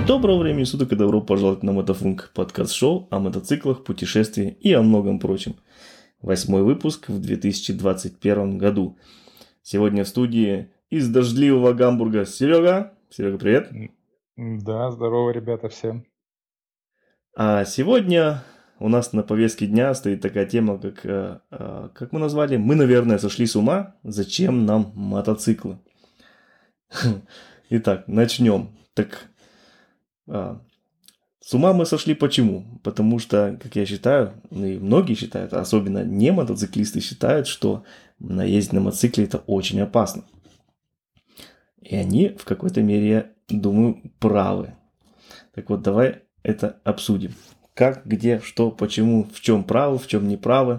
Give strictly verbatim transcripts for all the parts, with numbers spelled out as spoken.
Доброго времени суток и добро пожаловать на Мотофунк, подкаст-шоу о мотоциклах, путешествии и о многом прочем. Восьмой выпуск в две тысячи двадцать первом году. Сегодня в студии из дождливого Гамбурга Серега. Серега, привет. Да, здорово, ребята, всем. А сегодня у нас на повестке дня стоит такая тема, как, как мы назвали, мы, наверное, сошли с ума, зачем нам мотоциклы? Итак, начнем. Так, а, с ума мы сошли почему? Потому что, как я считаю, и многие считают, особенно не мотоциклисты считают, что наездить на мотоцикле это очень опасно. И они в какой-то мере, я думаю, правы. Так вот, давай это обсудим. Как, где, что, почему, в чем правы, в чем неправы.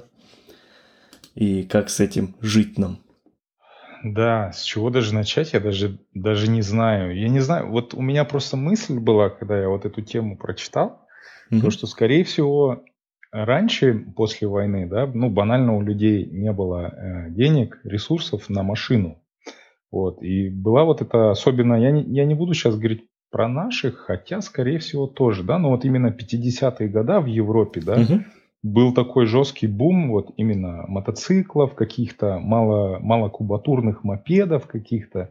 И как с этим жить нам. Да, с чего даже начать, я даже, даже не знаю. Я не знаю, вот у меня просто мысль была, когда я вот эту тему прочитал, Мгм. то, что, скорее всего, раньше, после войны, да, ну, банально у людей не было э, денег, ресурсов на машину. Вот, и была вот эта особенно, я не, я не буду сейчас говорить про наших, хотя, скорее всего, тоже, да, но вот именно пятидесятые годы в Европе, да, Мгм. был такой жесткий бум вот именно мотоциклов, каких-то мало, малокубатурных мопедов каких-то.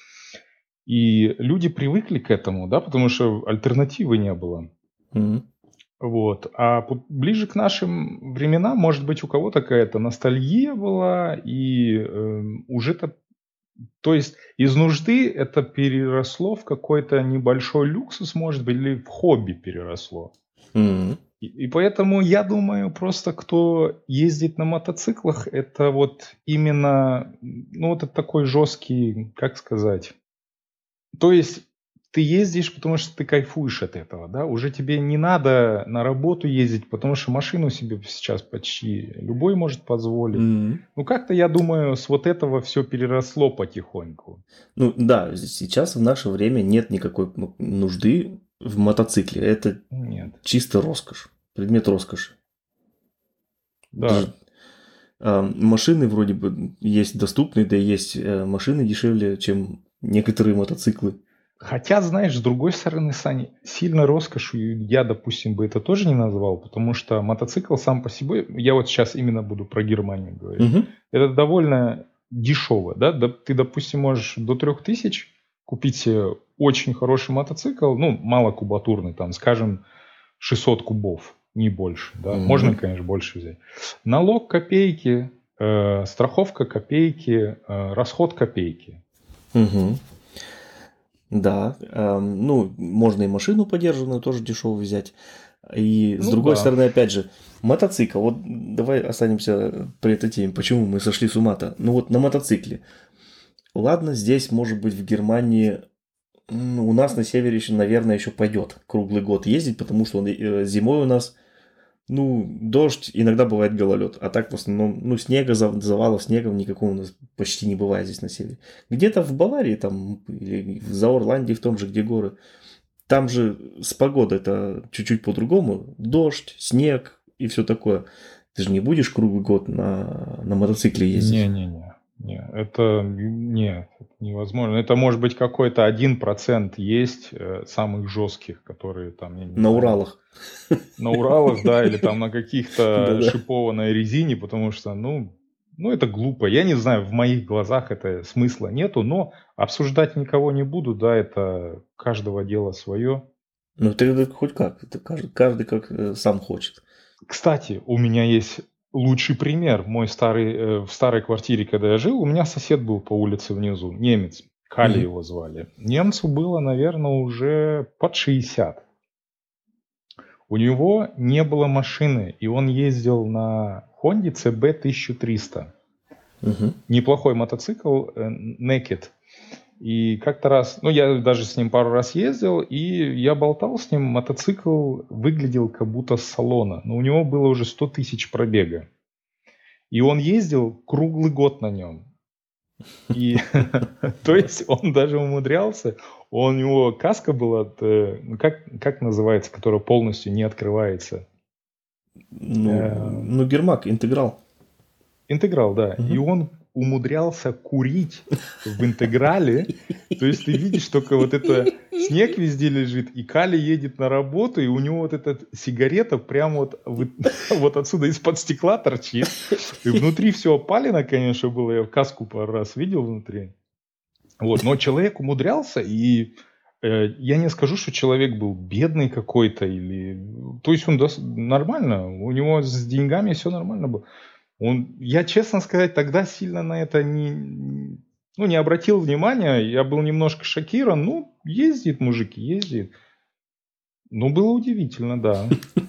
И люди привыкли к этому, да, потому что альтернативы не было. Мгм. Вот. А по- ближе к нашим временам, может быть, у кого-то какая-то ностальгия была, и эм, уже это, то есть из нужды это переросло в какой-то небольшой люксус, может быть, или в хобби переросло. Мгм. И, и поэтому я думаю, просто кто ездит на мотоциклах, это вот именно, ну, вот это такой жесткий, как сказать, то есть ты ездишь, потому что ты кайфуешь от этого, да, уже тебе не надо на работу ездить, потому что машину себе сейчас почти любой может позволить. Мгм. Ну, как-то, я думаю, с вот этого все переросло потихоньку. Ну да, сейчас в наше время нет никакой м- нужды в мотоцикле. Это Нет, чисто роскошь, предмет роскоши. да. Даже а, машины вроде бы есть доступные, да и есть э, машины дешевле, чем некоторые мотоциклы. Хотя, знаешь, с другой стороны, Сань, сильно роскошью я, допустим, бы это тоже не назвал, потому что мотоцикл сам по себе, я вот сейчас именно буду про Германию говорить, Мгм. это довольно дешево, да? Да, ты, допустим, можешь до трех тысяч купить себе очень хороший мотоцикл, ну, малокубатурный, там, скажем, шестьсот кубов, не больше, да? Можно, Мгм. конечно, больше взять. Налог копейки, э, страховка копейки, э, расход копейки. Мгм. Да, ам, ну, можно и машину подержанную тоже дешево взять. И с Ну другой да. стороны, опять же, мотоцикл. Вот давай останемся при этой теме. Почему мы сошли с ума-то? Ну вот на мотоцикле. Ладно, здесь, может быть, в Германии, м, у нас на севере еще, наверное, еще пойдет круглый год ездить, потому что он, э, зимой у нас, ну, дождь, иногда бывает гололед. А так в основном, ну, снега, зав- завалов снегом никакого у нас почти не бывает здесь на севере. Где-то в Баварии там, или в Зауэрланде, в том же, где горы, там же с погодой это чуть-чуть по-другому. Дождь, снег и все такое. Ты же не будешь круглый год на, на мотоцикле ездить. Не-не-не. Не, это нет, это невозможно. Это может быть какой-то один процент есть э, самых жестких, которые там, я не На знаю, Уралах. на Уралах, да, или там на каких-то Да-да. шипованной резине, потому что, ну, ну, это глупо. Я не знаю, в моих глазах это смысла нету, но обсуждать никого не буду, да, это каждого дело свое. Ну, ты это хоть как. Это каждый, каждый как э, сам хочет. Кстати, у меня есть лучший пример. Мой старый, э, в старой квартире, когда я жил, у меня сосед был по улице внизу, немец. Кали Мгм. его звали. Немцу было, наверное, уже под шестьдесят. У него не было машины, и он ездил на Honda си би тысяча триста. Мгм. Неплохой мотоцикл, э, Naked. И как-то раз, ну, я даже с ним пару раз ездил, и я болтал с ним, мотоцикл выглядел как будто с салона, но у него было уже сто тысяч пробега. И он ездил круглый год на нем. И то есть он даже умудрялся, у него каска была, э, ну, как, как называется, которая полностью не открывается. Ну, Э, ну, Гермак, интеграл. Интеграл, да. И Мгм. он умудрялся курить в интеграле. То есть ты видишь только вот это, снег везде лежит, и Кали едет на работу, и у него вот эта сигарета прямо вот, вот отсюда из-под стекла торчит. И внутри все опалено, конечно, было. Я в каску пару раз видел внутри. Вот, но человек умудрялся, и э, я не скажу, что человек был бедный какой-то, или... То есть он дос... нормально, у него с деньгами все нормально было. Он, я, честно сказать, тогда сильно на это не, ну, не обратил внимания. Я был немножко шокирован. Ну, ездит, мужики, ездит. Ну, было удивительно, да.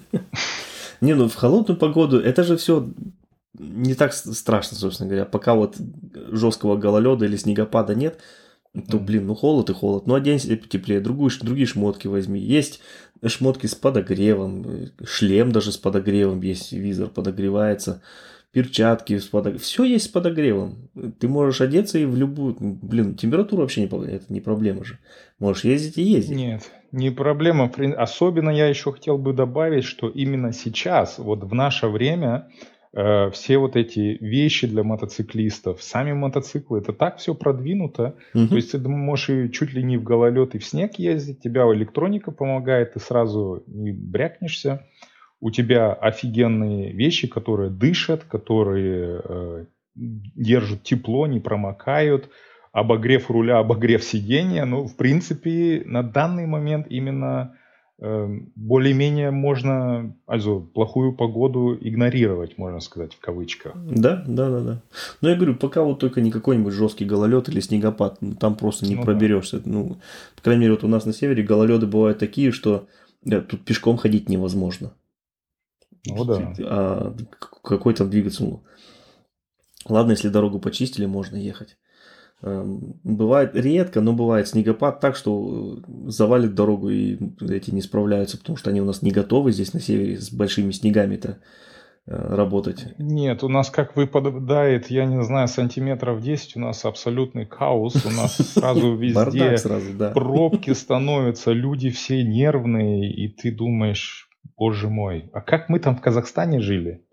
Не, ну в холодную погоду это же все не так страшно, собственно говоря. Пока вот жесткого гололеда или снегопада нет, то, блин, ну холод и холод. Ну, оденься теплее, другую, другие шмотки возьми. Есть шмотки с подогревом, шлем даже с подогревом есть, визор подогревается. Перчатки с подогревом. Все есть с подогревом. Ты можешь одеться и в любую... Блин, температура вообще не, это не проблема же. Можешь ездить и ездить. Нет, не проблема. Особенно я еще хотел бы добавить, что именно сейчас, вот в наше время, э, все вот эти вещи для мотоциклистов, сами мотоциклы, это так все продвинуто. Угу. То есть ты можешь и чуть ли не в гололед и в снег ездить, тебя электроника помогает, ты сразу не брякнешься. У тебя офигенные вещи, которые дышат, которые э, держат тепло, не промокают, обогрев руля, обогрев сиденья. Ну, в принципе, на данный момент именно э, более-менее можно, also, плохую погоду игнорировать, можно сказать, в кавычках. Да, да, да, да. Но я говорю, пока вот только не какой-нибудь жесткий гололед или снегопад, ну, там просто не ну, проберешься. Да. Ну, по крайней мере, вот у нас на севере гололеды бывают такие, что да, тут пешком ходить невозможно. Ну да. А какой там двигаться? Ну, ладно, если дорогу почистили, можно ехать. Бывает редко, но бывает снегопад так, что завалит дорогу, и эти не справляются, потому что они у нас не готовы здесь на севере с большими снегами-то работать. Нет, у нас как выпадает, я не знаю, сантиметров десять, у нас абсолютный хаос, у нас сразу везде сразу, да. пробки становятся, люди все нервные, и ты думаешь... Боже мой, а как мы там в Казахстане жили?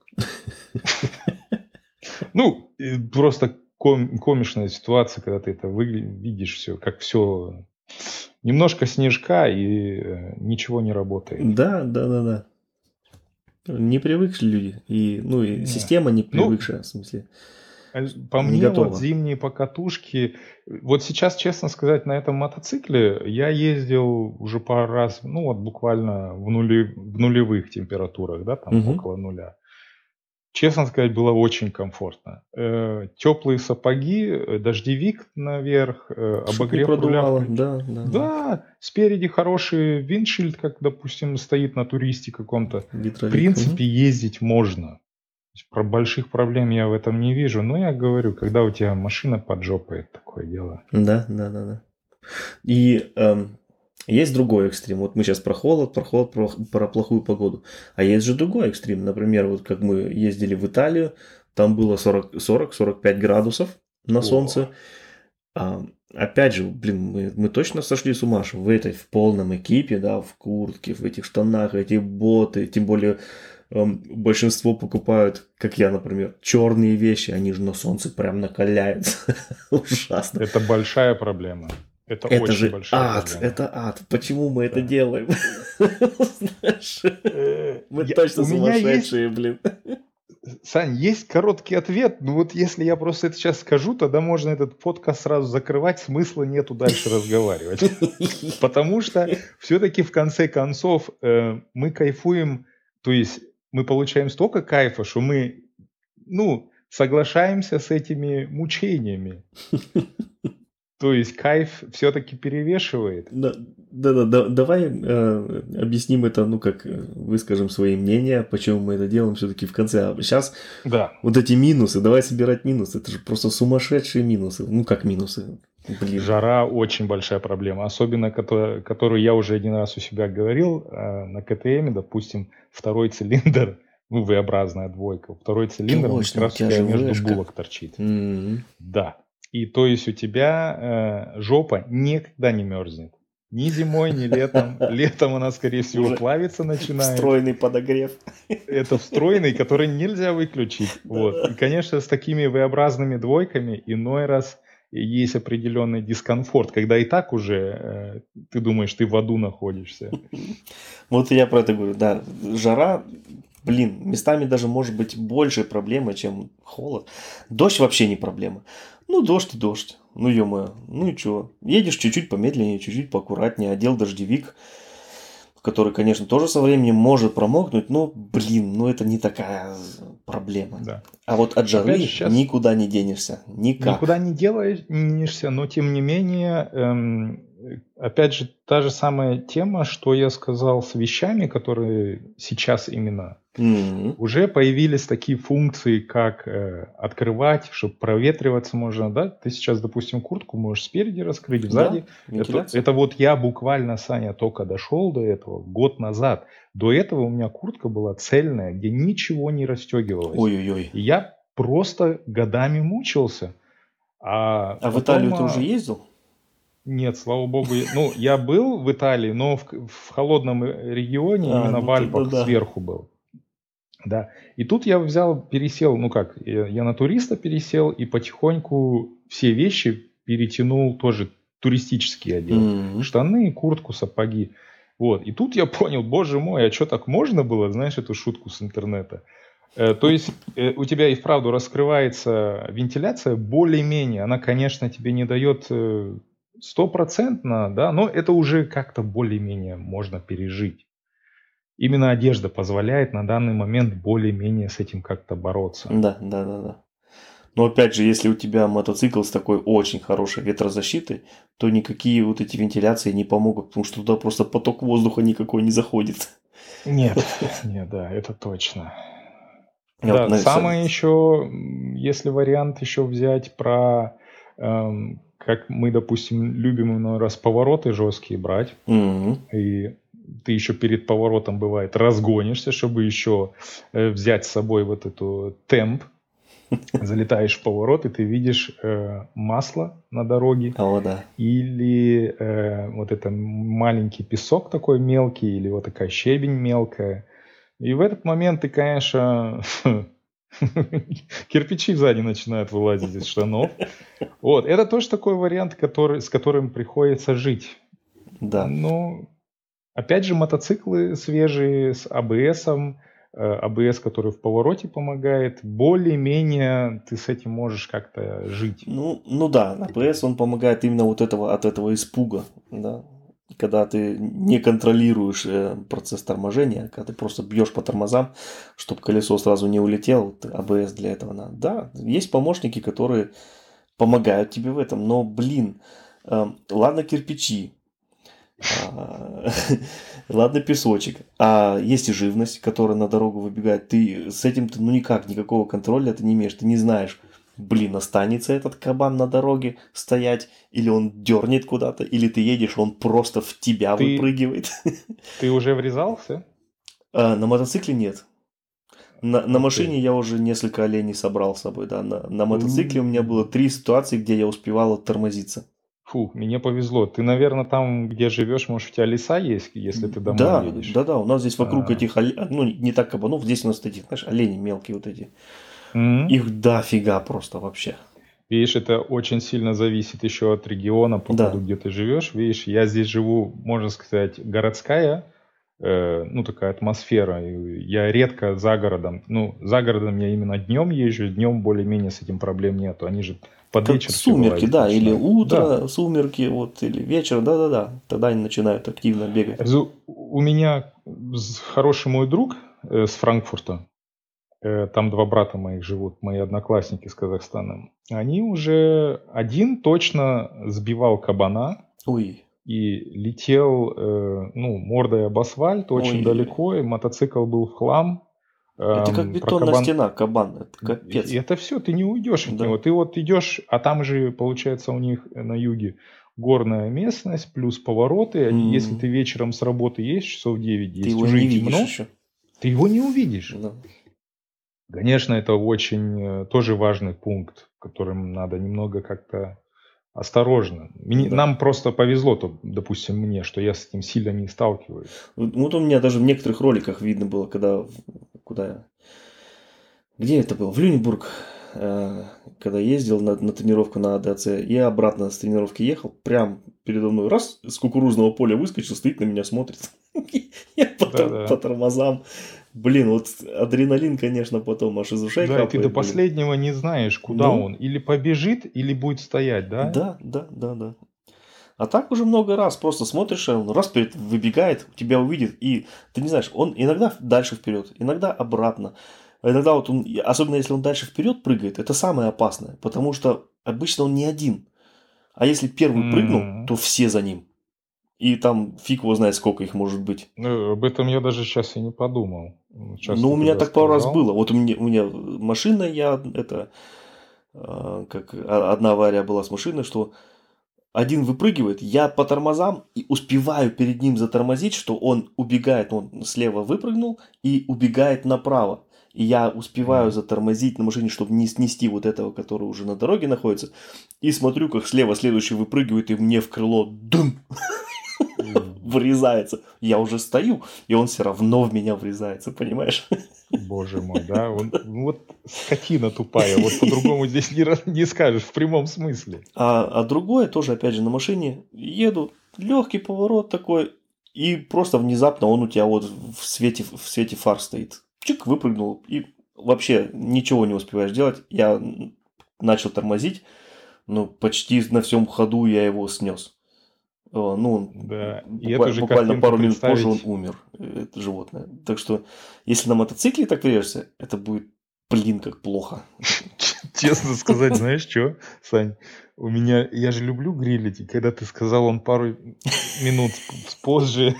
Ну, просто комичная ситуация, когда ты это видишь все, как все немножко снежка и ничего не работает. Да, да, да, да. Не привыкшие люди. И, ну, и система не привыкшая, ну, в смысле. По мне, готова. Вот зимние покатушки. Вот сейчас, честно сказать, на этом мотоцикле я ездил уже пару раз, ну вот буквально в, нули, в нулевых температурах, да, там угу. около нуля. Честно сказать, было очень комфортно. Э, теплые сапоги, дождевик наверх, э, обогрев руля. Да, да, да, да, спереди хороший виндшильд, как, допустим, стоит на туристе каком-то. Гидролик. В принципе, угу. ездить можно. Про больших проблем я в этом не вижу. Но я говорю, когда у тебя машина под жопой, это такое дело. Да, да, да, да. И эм, есть другой экстрим. Вот мы сейчас про холод, про холод, про, про плохую погоду. А есть же другой экстрим. Например, вот как мы ездили в Италию, там было сорок-сорок пять градусов на солнце. А, опять же, блин, мы, мы точно сошли с ума, что в этой, в полном экипе, да, в куртке, в этих штанах, эти боты, тем более... Большинство покупают, как я, например, черные вещи, они же на солнце прям накаляются. Ужасно. Это большая проблема. Это, это очень же большая ад, проблема. это ад. Почему мы это делаем? Мы точно сумасшедшие, блин. Сань, есть короткий ответ, но вот если я просто это сейчас скажу, тогда можно этот подкаст сразу закрывать, смысла нету дальше разговаривать. Потому что все-таки в конце концов мы кайфуем, то есть мы получаем столько кайфа, что мы, ну, соглашаемся с этими мучениями. То есть кайф все-таки перевешивает. Да, да, да, давай э, объясним это, ну, как выскажем свои мнения, почему мы это делаем все-таки в конце. А сейчас да. вот эти минусы, давай собирать минусы. Это же просто сумасшедшие минусы. Ну, как минусы? Блин. Жара очень большая проблема. Особенно, которая, которую я уже один раз у себя говорил, э, на ка тэ эм, допустим, второй цилиндр, ну, V-образная двойка. Второй цилиндр, он как раз у тебя между вышка. булок торчит. Mm-hmm. Да. И то есть у тебя э, жопа никогда не мерзнет. Ни зимой, ни летом. Летом она, скорее всего, Уже плавиться начинает. встроенный подогрев. Это встроенный, который нельзя выключить. Вот. И, конечно, с такими V-образными двойками иной раз есть определенный дискомфорт, когда и так уже э, ты думаешь, ты в аду находишься. Вот я про это говорю, да. Жара, блин, местами даже может быть больше проблемы, чем холод. Дождь вообще не проблема. Ну, дождь и дождь. Ну, ё-моё. Ну и чё? Едешь чуть-чуть помедленнее, чуть-чуть поаккуратнее, одел дождевик, который, конечно, тоже со временем может промокнуть, но, блин, ну это не такая проблема. Да. А вот от жары Опять же, щас никуда не денешься. Никак. никуда не делаешься, но тем не менее, эм, опять же, та же самая тема, что я сказал с вещами, которые сейчас именно Мгм. уже появились такие функции, как э, открывать, чтобы проветриваться можно, да? Ты сейчас, допустим, куртку можешь спереди раскрыть, Да, сзади. Это, вентиляция. это вот я буквально, Саня, только дошел до этого год назад. До этого у меня куртка была цельная, где ничего не расстегивалось. Ой-ой-ой. И я просто годами мучился. А А в потом... Италию ты уже а, ездил? Нет, слава богу. я- Ну, я был в Италии, но в, к- в холодном э, регионе, А, именно в ну тогда Альпах, да. сверху был. Да. И тут я взял, пересел, ну как, я, я на туриста пересел и потихоньку все вещи перетянул тоже туристические одел. Мгм. Штаны, куртку, сапоги. Вот. И тут я понял, боже мой, а что так можно было, знаешь, эту шутку с интернета? Э, То есть э, у тебя и вправду раскрывается вентиляция более-менее. Она, конечно, тебе не дает э, стопроцентно, да, но это уже как-то более-менее можно пережить. Именно одежда позволяет на данный момент более-менее с этим как-то бороться. Да, да, да, да. Но опять же, если у тебя мотоцикл с такой очень хорошей ветрозащитой, то никакие вот эти вентиляции не помогут, потому что туда просто поток воздуха никакой не заходит. Нет, нет, да, это точно. Я вот Да, на- самое еще, м, если вариант еще взять про, эм, как мы, допустим, любим иной раз повороты жесткие брать, Мгм. и ты еще перед поворотом, бывает, разгонишься, чтобы еще э, взять с собой вот эту темп, залетаешь в поворот, и ты видишь э, масло на дороге, О, да. или э, вот это маленький песок такой мелкий, или вот такая щебень мелкая. И в этот момент ты, конечно, кирпичи сзади начинают вылазить из штанов. Вот, это тоже такой вариант, который, с которым приходится жить. Да. Но, опять же, мотоциклы свежие с АБСом, э, АБС, который в повороте помогает, более-менее ты с этим можешь как-то жить. Ну, ну да, АБС он помогает именно вот этого, от этого испуга, да. Когда ты не контролируешь э, процесс торможения, когда ты просто бьешь по тормозам, чтобы колесо сразу не улетело, ты- АБС для этого надо. Да, есть помощники, которые помогают тебе в этом, но, блин, э, ладно кирпичи, а, ладно песочек, а есть и живность, которая на дорогу выбегает. Ты с этим ты ну никак, никакого контроля ты не имеешь, ты не знаешь, блин, останется этот кабан на дороге стоять, или он дернет куда-то, или ты едешь, он просто в тебя Ты, выпрыгивает. ты уже врезался? А, на мотоцикле нет. На, на Ух ты. машине я уже несколько оленей собрал с собой, да. На, на мотоцикле у меня У. было три ситуации, где я успевал оттормозиться. Фу, мне повезло. Ты, наверное, там, где живешь, может, у тебя леса есть, если ты домой Да, едешь? да, да, у нас здесь вокруг А, этих, оле- ну не так кабанов, здесь у нас этих, знаешь, оленей мелкие вот эти. м. Их дофига просто вообще. Видишь, это очень сильно зависит еще от региона, походу, Да. где ты живешь. Видишь, я здесь живу, можно сказать, городская, э, ну, такая атмосфера. И я редко за городом, ну, за городом я именно днем езжу, днем более-менее с этим проблем нету. Они же под Как вечер все сумерки, вылазить да, или начинают. Да. утро, сумерки, вот, или вечер, да-да-да. Тогда они начинают активно бегать. Зу- У меня с- хороший мой друг э, с Франкфурта, э, там два брата моих живут, мои одноклассники с Казахстана. Они уже один точно сбивал кабана Ой, и летел, э, ну, мордой об асфальт очень ой, далеко, и мотоцикл был в хлам. это как Эм, про бетонная кабан... стена, кабан, это И капец. это все, ты не уйдешь от Да. него. Ты вот идешь, а там же, получается, у них на юге горная местность, плюс повороты. Они- Если М, ты вечером с работы есть, часов Ты девять-десять, его уже не и видишь темно, еще. ты его не увидишь. Да. Конечно, это очень э, тоже важный пункт, которым надо немного как-то осторожно. Мне- Да. Нам просто повезло, то, допустим, мне, что я с этим сильно не сталкиваюсь. Вот вот у меня даже в некоторых роликах видно было, когда... в- Куда я? Где это было? В Люнебург. э, Когда ездил на, на тренировку на АДАЦ, и обратно с тренировки ехал, прям передо мной раз с кукурузного поля выскочил, стоит на меня, смотрит. Я по, тор- Да-да. по тормозам. Блин, вот адреналин, конечно, потом аж из ушей Да, и ты до капает, блин. последнего не знаешь, куда Ну, он. Или побежит, или будет стоять, да? да, да, да, да. А так уже много раз просто смотришь, он раз перед выбегает, тебя увидит, и ты не знаешь, он иногда дальше вперед, иногда обратно. А иногда вот он, особенно если он дальше вперед прыгает, это самое опасное, потому что обычно он не один. А если первый прыгнул, М. то все за ним. И там фиг его знает, сколько их может быть. Ну, об этом я даже сейчас и не подумал. Сейчас Ну, ты у меня когда так пару раз сказал. было. Вот у меня, у меня машина, я это, а, как а- одна авария была с машиной, что один выпрыгивает, я по тормозам и успеваю перед ним затормозить, что он убегает, он слева выпрыгнул и убегает направо. И я успеваю М. затормозить на машине, чтобы не снести вот этого, который уже на дороге находится. И смотрю, как слева следующий выпрыгивает, и мне в крыло дым М. врезается. Я уже стою, и он все равно в меня врезается, понимаешь? Боже мой, да? Он, ну вот скотина тупая, вот по-другому здесь не, раз- не скажешь, в прямом смысле. А, а другое тоже, опять же, на машине еду, легкий поворот такой, и просто внезапно он у тебя вот в свете, в свете фар стоит. Чик, выпрыгнул, и вообще ничего не успеваешь делать. Я м, начал тормозить, но почти на всем ходу я его снес. Э, Ну, Да, и эту буквально, же буквально картинку пару минут позже он представить. умер, э, это животное. Так что, если на мотоцикле так врежешься, это будет, блин, как плохо. Честно сказать, знаешь что, Сань? У меня, я же люблю грилить, и когда ты сказал, он пару минут с- позже,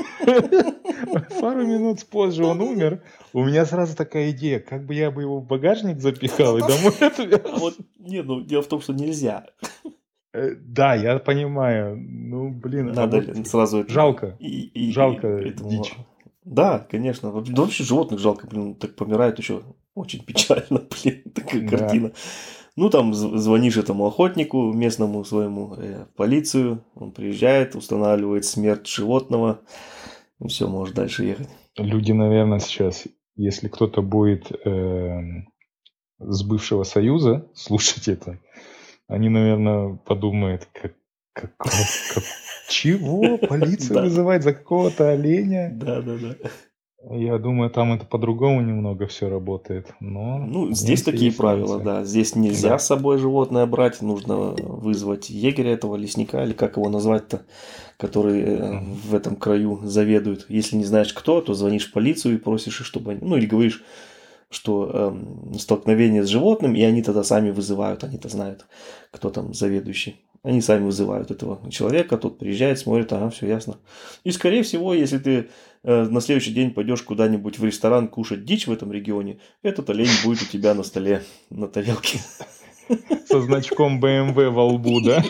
пару минут позже он умер, у меня сразу такая идея, как бы я бы его в багажник запихал и домой А отвез. вот, не, ну, дело в том, что нельзя. Э, Да, я понимаю. Ну, блин, а Надо вот ли сразу это... жалко, И, и, и жалко поэтому... дичь. Да, конечно. Вообще- Да вообще животных жалко, блин, так помирают еще очень печально, блин, такая Да. картина. Ну, там з- звонишь этому охотнику местному своему, э, в полицию, он приезжает, устанавливает смерть животного, и все, можешь дальше ехать. Люди, наверное, сейчас, если кто-то будет эм, с бывшего Союза слушать это, они, наверное, подумают, как, какого, как- чего? Полицию Да, вызывать за какого-то оленя? да, да, да. Я думаю, там это по-другому немного все работает. Но Ну, здесь немцы такие есть правила, немцы. да. Здесь нельзя Да. с собой животное брать, нужно вызвать егеря этого, лесника, или как его назвать-то, который э, Мгм. в этом краю заведует. Если не знаешь кто, то звонишь в полицию и просишь, чтобы они... Ну, или говоришь, что эм, столкновение с животным, и они тогда сами вызывают, они-то знают, кто там заведующий. Они сами вызывают этого человека, тот приезжает, смотрит, ага, все ясно. И, скорее всего, если ты э, на следующий день пойдешь куда-нибудь в ресторан кушать дичь в этом регионе, этот олень будет у тебя на столе, на тарелке. Со значком бэ эм вэ во лбу, да?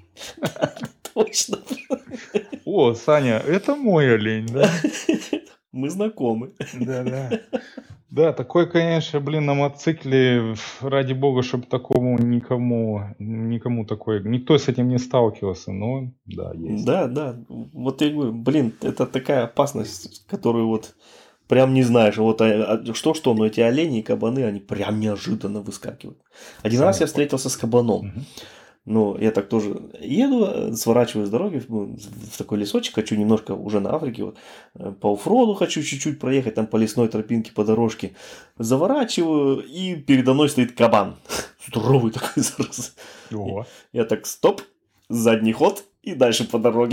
Точно. О, Саня, это мой олень, да? Мы знакомы. Да-да. Да, такой, конечно, блин, на мотоцикле, ф, ради бога, чтобы такому никому, никому такой, никто с этим не сталкивался, но да, есть. Да, да. Вот я говорю, блин, это такая опасность, которую вот прям не знаешь. Вот а- а что-что, но эти олени и кабаны, они прям неожиданно выскакивают. Один раз Саня, я встретился с кабаном. мгм. Ну, я так тоже еду, э, сворачиваю с дороги ну, в такой лесочек, хочу немножко уже на Африке, вот, э, по оффроду хочу чуть-чуть проехать, там по лесной тропинке, по дорожке. Заворачиваю, и передо мной стоит кабан. Здоровый такой зараз. Ого. Я так, стоп, задний ход и дальше по дороге.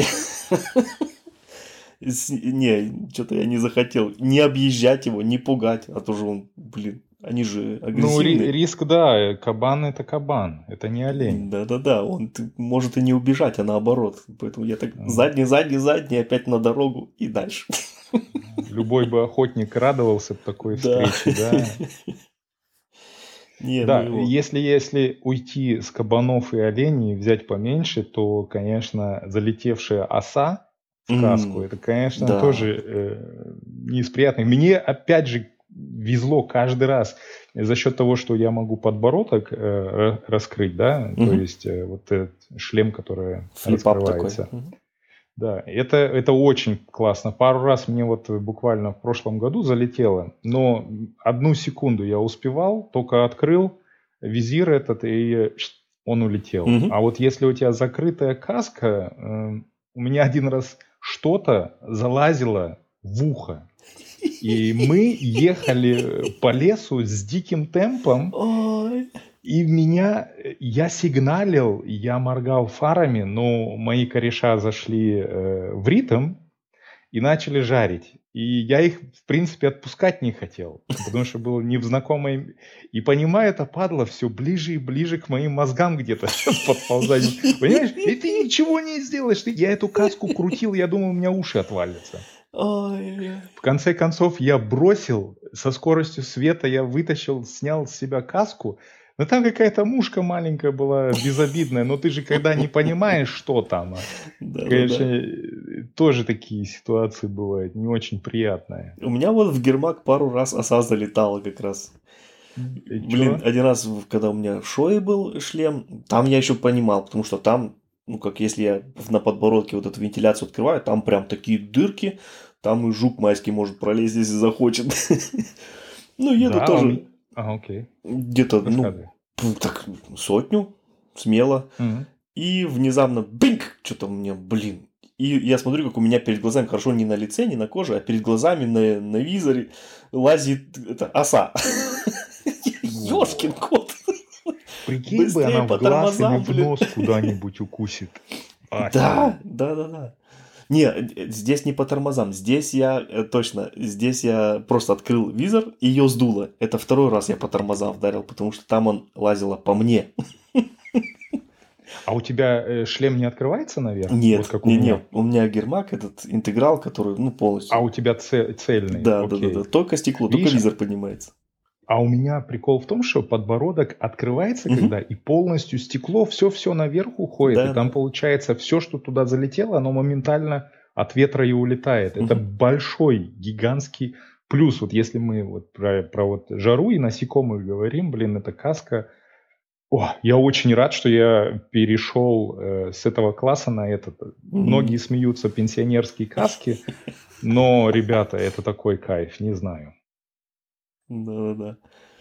С- Не, что-то я не захотел не объезжать его, не пугать, а то же он, блин, они же Ну, ри- агрессивные. риск, да, э, кабан это кабан, это не олень. Да-да-да, он т- может и не убежать, а наоборот. Поэтому я так М. задний, задний, задний, опять на дорогу и дальше. Любой бы охотник радовался б такой Да. встрече, да. Не, ну Да, его. если, если уйти с кабанов и оленей и взять поменьше, то, конечно, залетевшая оса в каску, М, это, конечно, Да. тоже э, не из приятных. Мне, опять же, везло каждый раз. за счет того, что я могу подбородок э, раскрыть, да, угу. То есть э, вот этот шлем, который Флип-ап раскрывается. Такой. Угу. Да, это, это очень классно. Пару раз мне вот буквально в прошлом году залетело, но одну секунду я успевал, только открыл визир этот, и он улетел. Угу. А вот если у тебя закрытая каска, э, у меня один раз что-то залазило в ухо. И мы ехали по лесу с диким темпом. Ой. И меня, я сигналил, я моргал фарами, но мои кореша зашли э, в ритм и начали жарить. И я их, в принципе, отпускать не хотел, потому что был не в знакомой... И понимаю, это падло все ближе и ближе к моим мозгам где-то сейчас подползать. Понимаешь? И ты ничего не сделаешь. Ты... Я эту каску крутил, я думал, у меня уши отвалятся. Ой. В конце концов, я бросил, со скоростью света я вытащил, снял с себя каску. Но там какая-то мушка маленькая была, безобидная, но ты же когда не понимаешь, что там. Да, конечно, да, да. Тоже такие ситуации бывают, не очень приятные. У меня вот в Гермак пару раз оса залетала как раз. И Блин, чё? Один раз, когда у меня в шое был шлем, там я еще понимал, потому что там, ну как если я на подбородке вот эту вентиляцию открываю, там прям такие дырки, там и жук майский может пролезть, если захочет. Ну, еду тоже... А, окей. Где-то, ну, так, сотню, смело. Угу. И внезапно, бинк, что-то у меня, блин. И я смотрю, как у меня перед глазами, хорошо, не на лице, не на коже, а перед глазами на, на визоре лазит это, оса. Ёшкин кот. Прикинь бы, она в глаз или в нос куда-нибудь укусит. Да, да, да, да. Не, здесь не по тормозам. Здесь я, точно, здесь я просто открыл визор, и ее сдуло. Это второй раз я по тормозам вдарил, потому что там он лазила по мне. А у тебя шлем не открывается наверх? Нет, вот как у, не, меня. Нет, у меня Гермак, этот интеграл, который, ну, полностью. А у тебя цельный? Да, да, да, да. Только стекло, Видишь? Только визор поднимается. А у меня прикол в том, что подбородок открывается, угу. когда и полностью стекло все-все наверх уходит. Да, и там да. получается все, что туда залетело, оно моментально от ветра и улетает. Угу. Это большой, гигантский плюс. Вот если мы вот про, про вот жару и насекомых говорим, блин, эта каска... О, я очень рад, что я перешел э, с этого класса на этот. Mm-hmm. Многие смеются, пенсионерские каски, но, ребята, это такой кайф, не знаю. Да-да-да.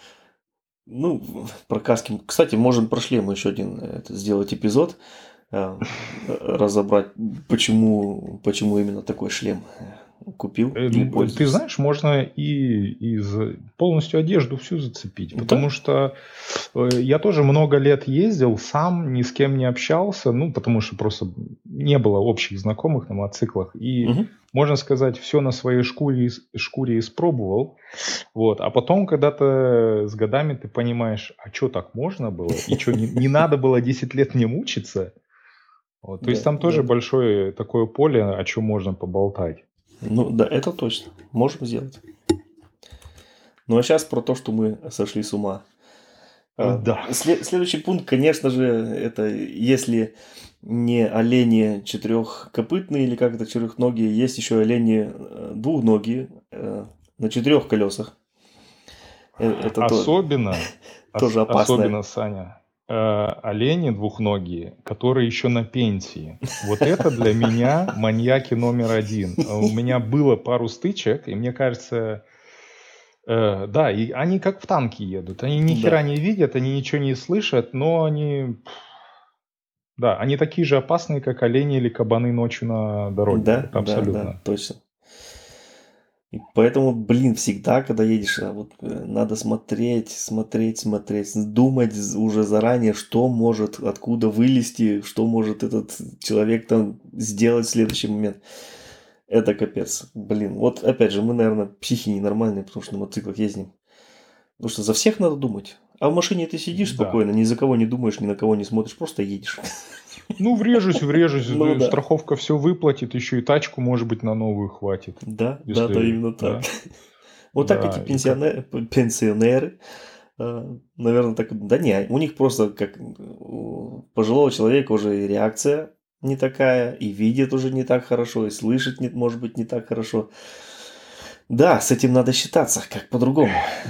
Ну, про каски. Кстати, можем про шлемы еще один это, сделать эпизод, э, разобрать, почему, почему именно такой шлем купил или пользуешься. Ты знаешь, можно и из полностью одежду всю зацепить, да? Потому что я тоже много лет ездил, сам ни с кем не общался, ну, потому что просто не было общих знакомых на мотоциклах, и, угу. можно сказать, все на своей шкуре, шкуре испробовал, вот, а потом когда-то с годами ты понимаешь, а что так можно было, и что, не, не надо было десять лет не мучиться, вот, то да, есть там тоже да. большое такое поле, о чем можно поболтать. Ну да, это точно. Можем сделать. Ну а сейчас про то, что мы сошли с ума. Да. След- следующий пункт, конечно же, это если не олени четырехкопытные или как это четырехногие, есть еще олени двухногие на четырех колесах. Это особенно, тоже опасно. Особенно, Саня. Олени двухногие, которые еще на пенсии. Вот это для меня маньяки номер один. У меня было пару стычек, и мне кажется, э, да, и они как в танке едут. Они ни хера да. не видят, они ничего не слышат, но они, да, они такие же опасные, как олени или кабаны ночью на дороге. Да, это абсолютно. Да, да, точно. И поэтому, блин, всегда, когда едешь, вот, надо смотреть, смотреть, смотреть, думать уже заранее, что может, откуда вылезти, что может этот человек там сделать в следующий момент. Это капец. Блин, вот опять же, мы, наверное, психи ненормальные, потому что на мотоциклах ездим. Потому что за всех надо думать. А в машине ты сидишь да. спокойно, ни за кого не думаешь, ни на кого не смотришь, просто едешь. Ну, врежусь, врежусь, ну, страховка да. все выплатит, еще и тачку, может быть, на новую хватит. Да, если... да, да, именно так. Да. Вот да, так эти пенсионеры, как... пенсионеры, наверное, так, да не, у них просто как у пожилого человека уже и реакция не такая, и видит уже не так хорошо, и слышит, может быть, не так хорошо. Да, с этим надо считаться, как по-другому.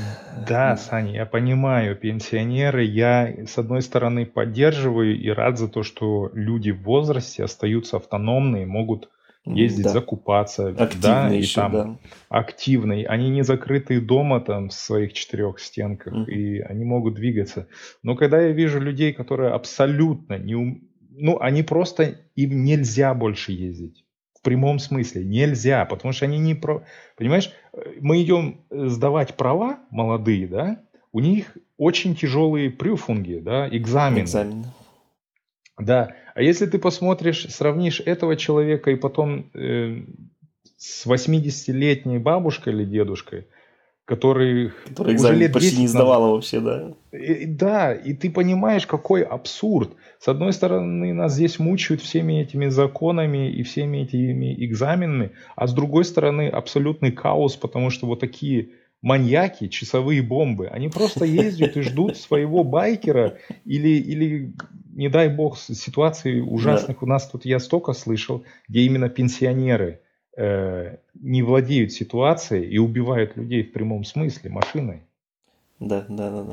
Да, Саня, я понимаю, пенсионеры, я с одной стороны поддерживаю и рад за то, что люди в возрасте остаются автономные, могут ездить Да. закупаться, Активно да, и еще, там да. активные. Они не закрытые дома там в своих четырех стенках, Мгм. и они могут двигаться. Но когда я вижу людей, которые абсолютно не ум... ну, они просто, им нельзя больше ездить. В прямом смысле нельзя, потому что они не про... Понимаешь, мы идем сдавать права молодые, да, у них очень тяжелые прюфунги, да, экзамены. Экзамены. Да, а если ты посмотришь, сравнишь этого человека и потом э, с восьмидесятилетней бабушкой или дедушкой, который Который уже экзамен лет почти не десять назад... сдавала вообще, да. И- Да, и ты понимаешь, какой абсурд. С одной стороны, нас здесь мучают всеми этими законами и всеми этими экзаменами, а с другой стороны, абсолютный хаос, потому что вот такие маньяки, часовые бомбы, они просто ездят и ждут своего байкера или, или не дай бог, с- ситуаций ужасных. У нас тут я столько слышал, где именно пенсионеры э, не владеют ситуацией и убивают людей в прямом смысле машиной. Да, да, да, да.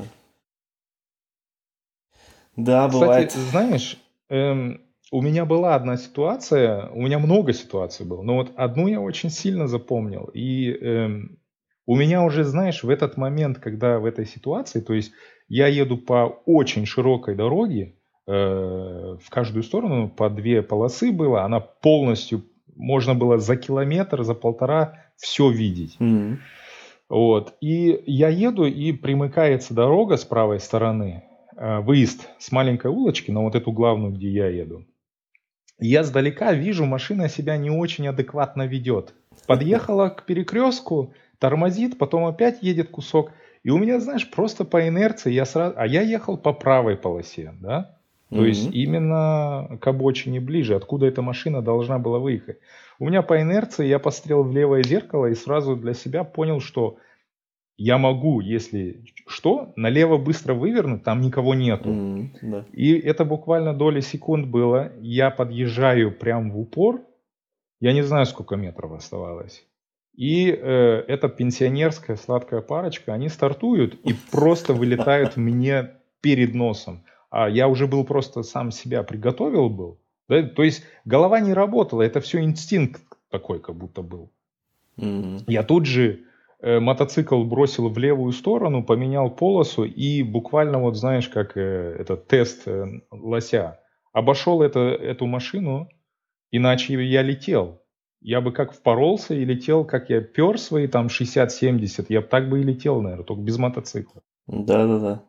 Да, Кстати, бывает. знаешь, эм, у меня была одна ситуация, у меня много ситуаций было, но вот одну я очень сильно запомнил. И эм, у меня уже, знаешь, в этот момент, когда в этой ситуации, то есть я еду по очень широкой дороге, э, в каждую сторону по две полосы было, она полностью, можно было за километр, за полтора все видеть. Мгм. Вот. И я еду, и примыкается дорога с правой стороны, э, выезд с маленькой улочки на вот эту главную, где я еду. И я сдалека вижу, машина себя не очень адекватно ведет. Подъехала к перекрестку, тормозит, потом опять едет кусок. И у меня, знаешь, просто по инерции я сразу... А я ехал по правой полосе, да? То есть Мгм. именно к обочине ближе, откуда эта машина должна была выехать. У меня по инерции я посмотрел в левое зеркало и сразу для себя понял, что я могу, если что, налево быстро вывернуть, там никого нету. Мгм. Да. И это буквально доли секунд было. Я подъезжаю прям в упор. Я не знаю, сколько метров оставалось. И э, эта пенсионерская сладкая парочка, они стартуют и просто вылетают мне перед носом. А я уже был просто сам себя приготовил был. Да? То есть голова не работала, это все инстинкт такой как будто был. Мгм. Я тут же э, мотоцикл бросил в левую сторону, поменял полосу и буквально вот знаешь, как э, этот тест э, лося, обошел это, эту машину, иначе я летел. Я бы как впоролся и летел, как я пер свои там шестьдесят-семьдесят, я бы так бы и летел, наверное, только без мотоцикла. Да, да, да.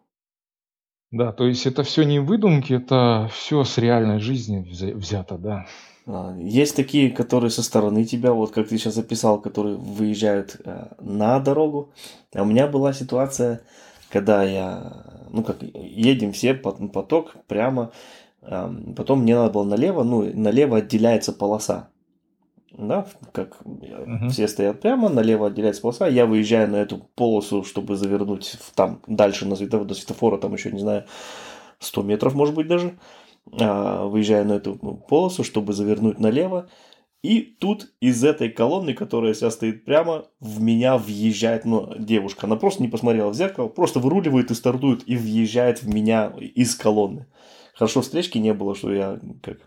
Да, то есть это все не выдумки, это все с реальной жизни взя- взято, да. А, Есть такие, которые со стороны тебя, вот как ты сейчас описал, которые выезжают э, на дорогу. А у меня была ситуация, когда я, ну как, едем все пот- поток прямо, ам, потом мне надо было налево, ну налево отделяется полоса. Да, как э, Мгм. все стоят прямо, налево отделяется полоса, я выезжаю на эту полосу, чтобы завернуть в, там дальше на светофор, до светофора, там еще, не знаю, сто метров, может быть, даже. А, выезжаю на эту полосу, чтобы завернуть налево. И тут из этой колонны, которая вся стоит прямо, в меня въезжает ну, девушка. Она просто не посмотрела в зеркало, просто выруливает и стартует и въезжает в меня из колонны. Хорошо, встречки не было, что я как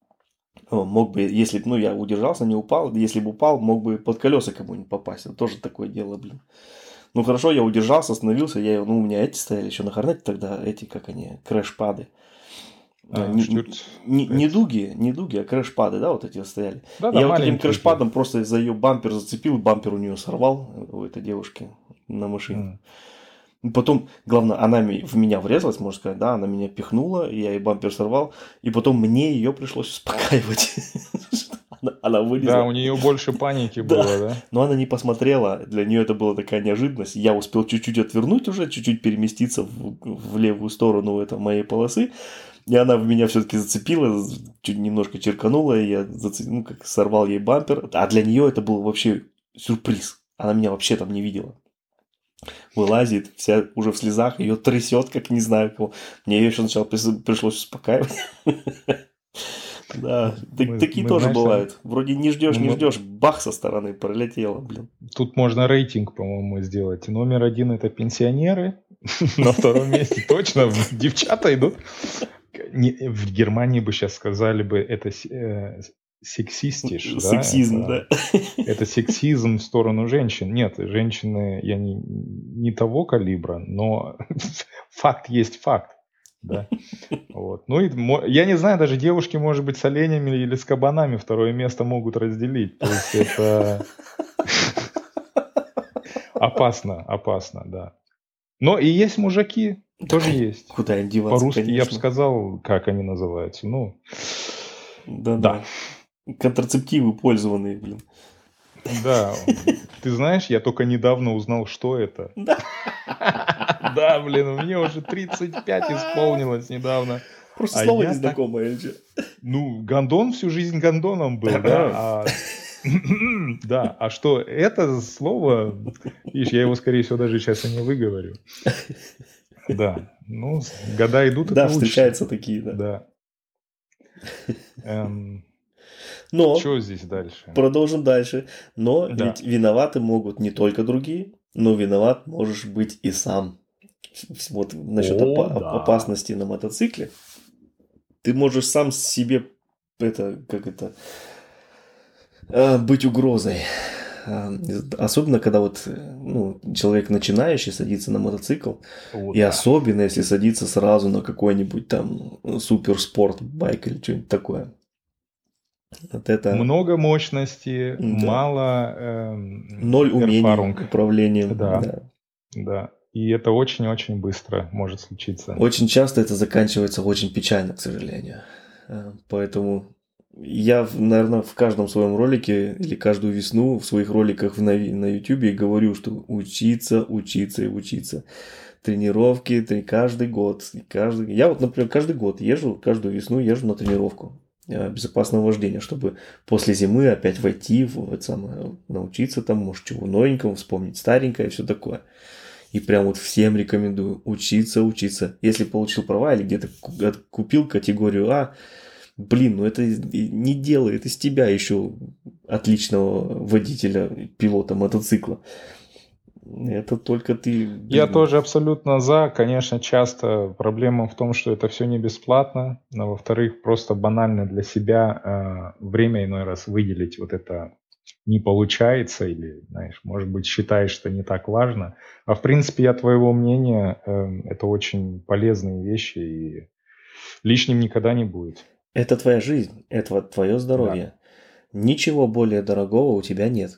о, мог бы, если бы, ну, я удержался, не упал, если бы упал, мог бы под колеса кому-нибудь попасть. Это тоже такое дело, блин. Ну, хорошо, я удержался, остановился, я, ну, у меня эти стояли еще на Хорнете тогда, эти, как они, крэш-пады. А, А, Не, штюрт. не, не это- дуги, не дуги, а крэш-пады, да, вот эти вот стояли. Да-да, Я вот этим маленькие эти. крэш-падом просто за ее бампер зацепил, бампер у нее сорвал, у этой девушки на машине. М. Потом, главное, она ми- в меня врезалась, можно сказать, да, она меня пихнула, и я ей бампер сорвал, и потом мне ее пришлось успокаивать. Она, она Да, вылезла. у нее больше паники Да, было, да? но она не посмотрела, для нее это была такая неожиданность. Я успел чуть-чуть отвернуть уже, чуть-чуть переместиться в, в левую сторону это, моей полосы, и она в меня все-таки зацепила, чуть немножко черканула, и я зацеп... ну, как сорвал ей бампер. А для нее это был вообще сюрприз. Она меня вообще там не видела. Вылазит, вся уже в слезах, ее трясет, как не знаю кого. Мне ее еще сначала прис- пришлось успокаивать. Да, так- Мы, такие мы, тоже знаешь, там, бывают. Вроде не ждешь, не мы- ждешь, бах со стороны пролетело, блин. тут можно рейтинг, по-моему, сделать. Номер один это пенсионеры, на втором месте точно девчата идут. Не- В Германии бы сейчас сказали бы, это с- э, сексистиш, да? Сексизм, Это, да. это сексизм в сторону женщин. Нет, женщины, я не, не того калибра, но факт есть факт. Да? Вот. Ну и мо- я не знаю, даже девушки, может быть, с оленями или с кабанами второе место могут разделить. То есть это опасно, опасно, да. Но и есть мужики, тоже есть. Куда им деваться, По-русски я бы конечно. сказал, как они называются. Ну, Да-да. Контрацептивы пользованные, блин. да. Ты знаешь, я только недавно узнал, что это. Да. Да, блин, мне уже тридцать пять исполнилось недавно. Просто А слово я так- незнакомое или что? Ну, гондон всю жизнь гондоном был, да, а... Да, а что это слово, видишь, я его, скорее всего, даже сейчас и не выговорю. Да, ну, с- года идут, и Да, ты учишься. встречаются такие, да. Да. Эм, Но, Что здесь дальше? продолжим дальше. Но Да. ведь виноваты могут не только другие, но виноват можешь быть и сам. С- Вот насчет О, опа- да. опасности на мотоцикле. Ты можешь сам себе это, как это, э, быть угрозой. Э, Особенно, когда вот э, ну, человек начинающий садится на мотоцикл, О, и да. особенно, если садится сразу на какой-нибудь там суперспорт байк или что-нибудь такое. Вот это Много мощности, Да. мало эм, ноль умений эрфарунг. управления. Да. Да. Да. И это очень-очень быстро может случиться. Очень часто это заканчивается очень печально, к сожалению. Э, Поэтому я, наверное, в каждом своем ролике или каждую весну в своих роликах на, Ви- на YouTube говорю, что учиться, учиться и учиться. Тренировки три, каждый год. и Каждый... Я вот, например, каждый год езжу, каждую весну езжу на тренировку э, безопасного вождения, чтобы после зимы опять войти в это самое, научиться там, может, чего новенького, вспомнить старенькое и все такое. И прям вот всем рекомендую учиться, учиться. Если получил права или где-то ку- от- купил категорию А, блин, ну это и не делает из тебя еще отличного водителя, пилота мотоцикла. Это только ты... Я блин, тоже абсолютно за. Конечно, часто проблема в том, что это все не бесплатно, но во-вторых, просто банально для себя э, время иной раз выделить вот это не получается или, знаешь, может быть, считаешь, что не так важно. А в принципе, я твоего мнения, э, это очень полезные вещи и лишним никогда не будет. Это твоя жизнь, это твое здоровье. Ничего более дорогого у тебя нет.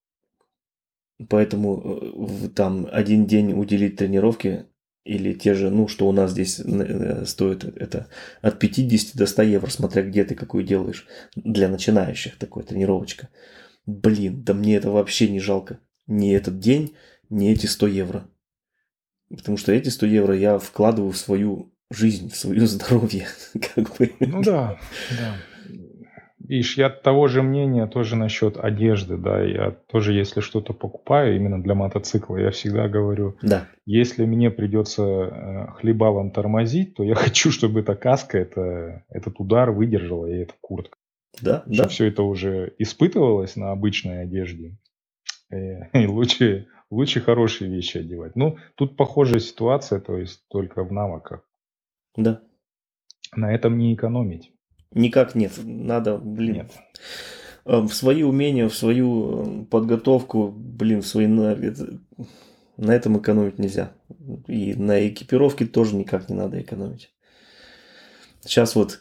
Поэтому э, в- там один день уделить тренировке или те же, ну, что у нас здесь э, стоит, это от пятидесяти до ста евро, смотря где ты какую делаешь. Для начинающих такой тренировочка. Блин, да мне это вообще не жалко. Ни этот день, ни эти сто евро. Потому что эти сто евро я вкладываю в свою жизнь, в свое здоровье. Как бы. Ну да, да. Видишь, я того же мнения тоже насчет одежды, да, я тоже, если что-то покупаю именно для мотоцикла, я всегда говорю, Да, если мне придется э, хлебалом тормозить, то я хочу, чтобы эта каска, это, этот удар выдержала и эта куртка. да, Потому что да. все это уже испытывалось на обычной одежде. Э, И лучше, лучше хорошие вещи одевать. Ну, тут похожая ситуация, то есть только в навыках. Да. На этом не экономить. Никак нет. Надо, блин, Нет. э, в свои умения, в свою э, подготовку, блин, в свои на, это- на этом экономить нельзя. И на экипировке тоже никак не надо экономить. Сейчас вот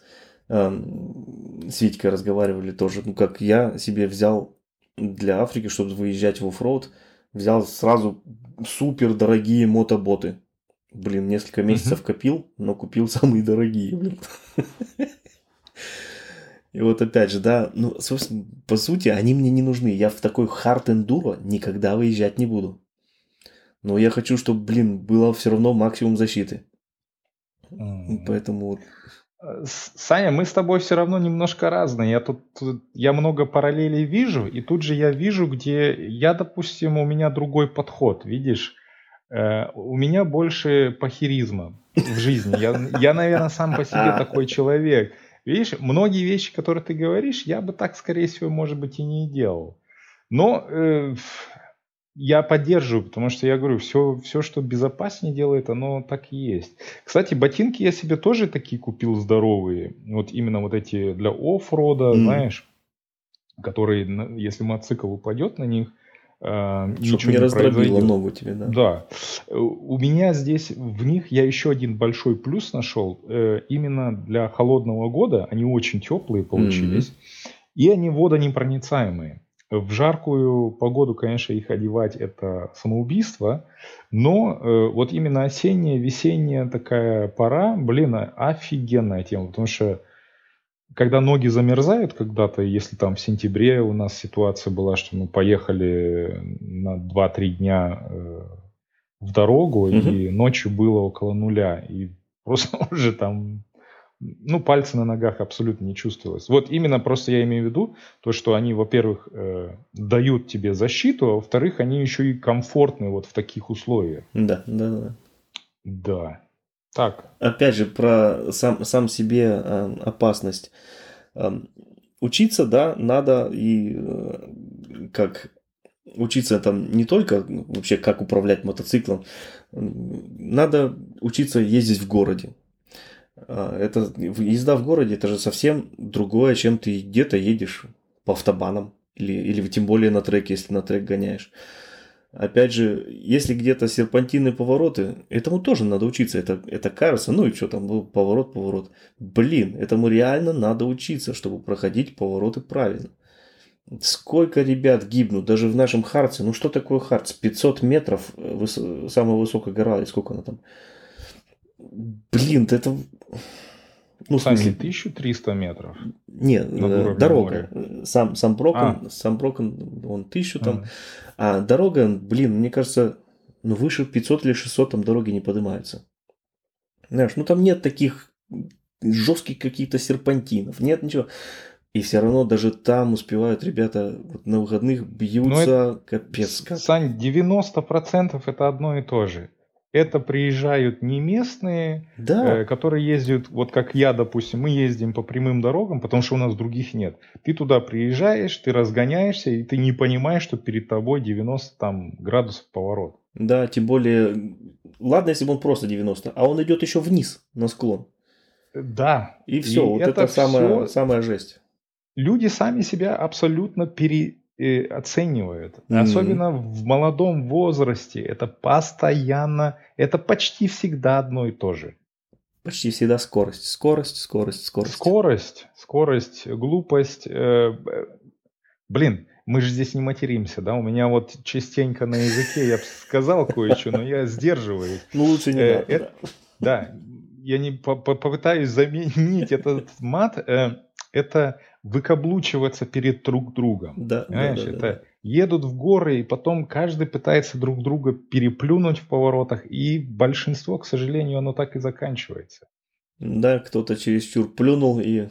эм, с Витькой разговаривали тоже, ну как я себе взял для Африки, чтобы выезжать в оффроуд, взял сразу супер дорогие мотоботы. Блин, несколько месяцев копил, но купил самые дорогие, блин. И вот опять же, да, ну, собственно, по сути, они мне не нужны. Я в такой хард эндуро никогда выезжать не буду. Но я хочу, чтобы, блин, было все равно максимум защиты. М. Поэтому вот, Э, С- Саня, мы с тобой все равно немножко разные. Я тут, тут- я много параллелей вижу, и тут же я вижу, где я, допустим, у меня другой подход, видишь? Э, у меня больше похеризма в жизни. Я, я, наверное, сам по себе такой человек. видишь, многие вещи, которые ты говоришь, я бы так, скорее всего, может быть, и не делал. Но э, я поддерживаю, потому что я говорю, все, все, что безопаснее делает, оно так и есть. Кстати, ботинки я себе тоже такие купил здоровые. Вот именно вот эти для оффрода, М. знаешь, которые, на- если мотоцикл упадет на них, э, Чтоб ничего не не раздробило произойдет. ногу тебе, да. Да. Э, У меня здесь в них я еще один большой плюс нашел. Э, Именно для холодного года они очень теплые получились. И они водонепроницаемые. В жаркую погоду, конечно, их одевать это самоубийство, но э, вот именно осенняя, весенняя такая пора, блин, офигенная тема, потому что когда ноги замерзают когда-то, если там в сентябре у нас ситуация была, что мы поехали на два-три дня э, в дорогу, Мгм. и ночью было около нуля, и просто уже там, ну, пальцы на ногах абсолютно не чувствовалось. Вот именно просто я имею в виду то, что они, во-первых, э, дают тебе защиту, а во-вторых, они еще и комфортны вот в таких условиях. Да, да, да. Да. Так. Опять же, про сам, сам себе э, опасность. Эм, Учиться, да, надо и э, как учиться там не только ну, вообще как управлять мотоциклом, м, надо учиться ездить в городе. А, Это в- езда в городе это же совсем другое, чем ты где-то едешь по автобанам или, или тем более на треке, если на трек гоняешь. Опять же, если где-то серпантины повороты, этому тоже надо учиться. Это, это кажется, ну и что там, был поворот, поворот. Блин, этому реально надо учиться, чтобы проходить повороты правильно. Сколько ребят гибнут, даже в нашем Харце. Ну что такое Харц? пятьсот метров, э, выс- самая высокая гора, или сколько она там? Блин, это... Ну, в Сань, не смысле, тысяча триста метров не, над э, уровнем дорога. моря. Сам, сам Брокон, А, сам Брокон, он тысячу там. а. А дорога, блин, мне кажется, ну выше пятьсот или шестьсот там дороги не поднимаются. Знаешь, ну там нет таких жестких каких-то серпантинов, нет ничего. И все равно даже там успевают ребята вот на выходных Ну, это, бьются капец как. Сань, девяносто процентов это одно и то же. Это приезжают не местные, э, Да, которые ездят, вот как я, допустим, мы ездим по прямым дорогам, потому что у нас других нет. Ты туда приезжаешь, ты разгоняешься, и ты не понимаешь, что перед тобой девяносто там, градусов поворот. да, тем более, ладно, если бы он просто девяносто, а он идет еще вниз на склон. Э, Да, И все, и вот это это самая, все самая жесть. люди сами себя абсолютно переоценивают. М. Особенно в молодом возрасте. Это постоянно, это почти всегда одно и то же. Почти всегда скорость, скорость, скорость, скорость. Скорость, скорость, глупость. э, б- Блин, мы же здесь не материмся, да? У меня вот частенько на языке я бы сказал кое-что, но я сдерживаюсь. Ну, лучше не Э, надо, эт- да. Да, я не по- по- попытаюсь заменить этот мат. э, Это выкаблучиваться перед друг другом. Да, да, Понимаешь, да, да, да. это едут в горы, и потом каждый пытается друг друга переплюнуть в поворотах, и большинство, к сожалению, оно так и заканчивается. Да, кто-то чересчур плюнул и...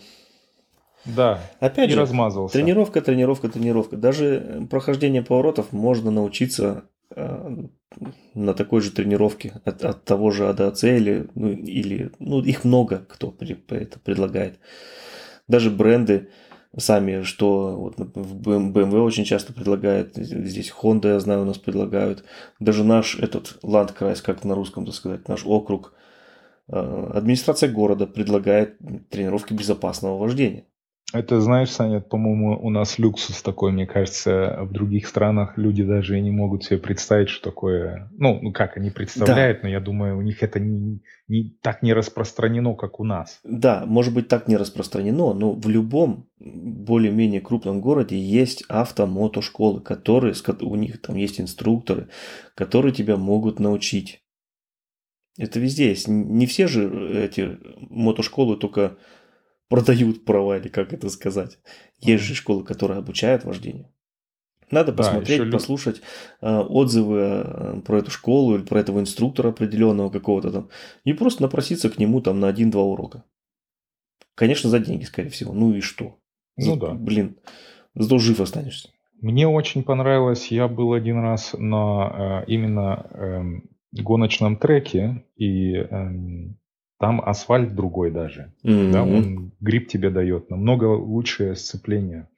Да, Опять и же, размазался. тренировка, тренировка, тренировка. Даже э, прохождение поворотов можно научиться э, на такой же тренировке от, от того же A D A C или, ну, или, ну, их много кто при- это предлагает. Даже бренды сами, что вот в бэ эм вэ очень часто предлагает, здесь Honda, я знаю, у нас предлагают. Даже наш этот Landkreis, как на русском, так сказать, наш округ, э, администрация города предлагает тренировки безопасного вождения. Это, знаешь, Саня, это, по-моему, у нас люксус такой, мне кажется, в других странах люди даже и не могут себе представить, что такое. Ну, ну как, они Да, представляют, но я думаю, у них это не, не так не распространено, как у нас. да, может быть так не распространено, но в любом более-менее крупном городе есть автомотошколы, которые, с ко- у них там есть инструкторы, которые тебя могут научить. Это везде есть. Н- Не все же эти мотошколы только продают права, или как это сказать. Есть Мгм. же школы, которые обучают вождению. Надо Да, еще посмотреть, лю... послушать э, отзывы э, про эту школу или про этого инструктора определенного какого-то там. И просто напроситься к нему там на один-два урока. Конечно, за деньги, скорее всего. Ну и что? За- Ну да. блин, зато жив останешься. Мне очень понравилось, я был один раз на э, именно эм, гоночном треке, и эм, Там асфальт другой даже. Мгм. Да, он грип тебе дает, намного лучшее сцепление.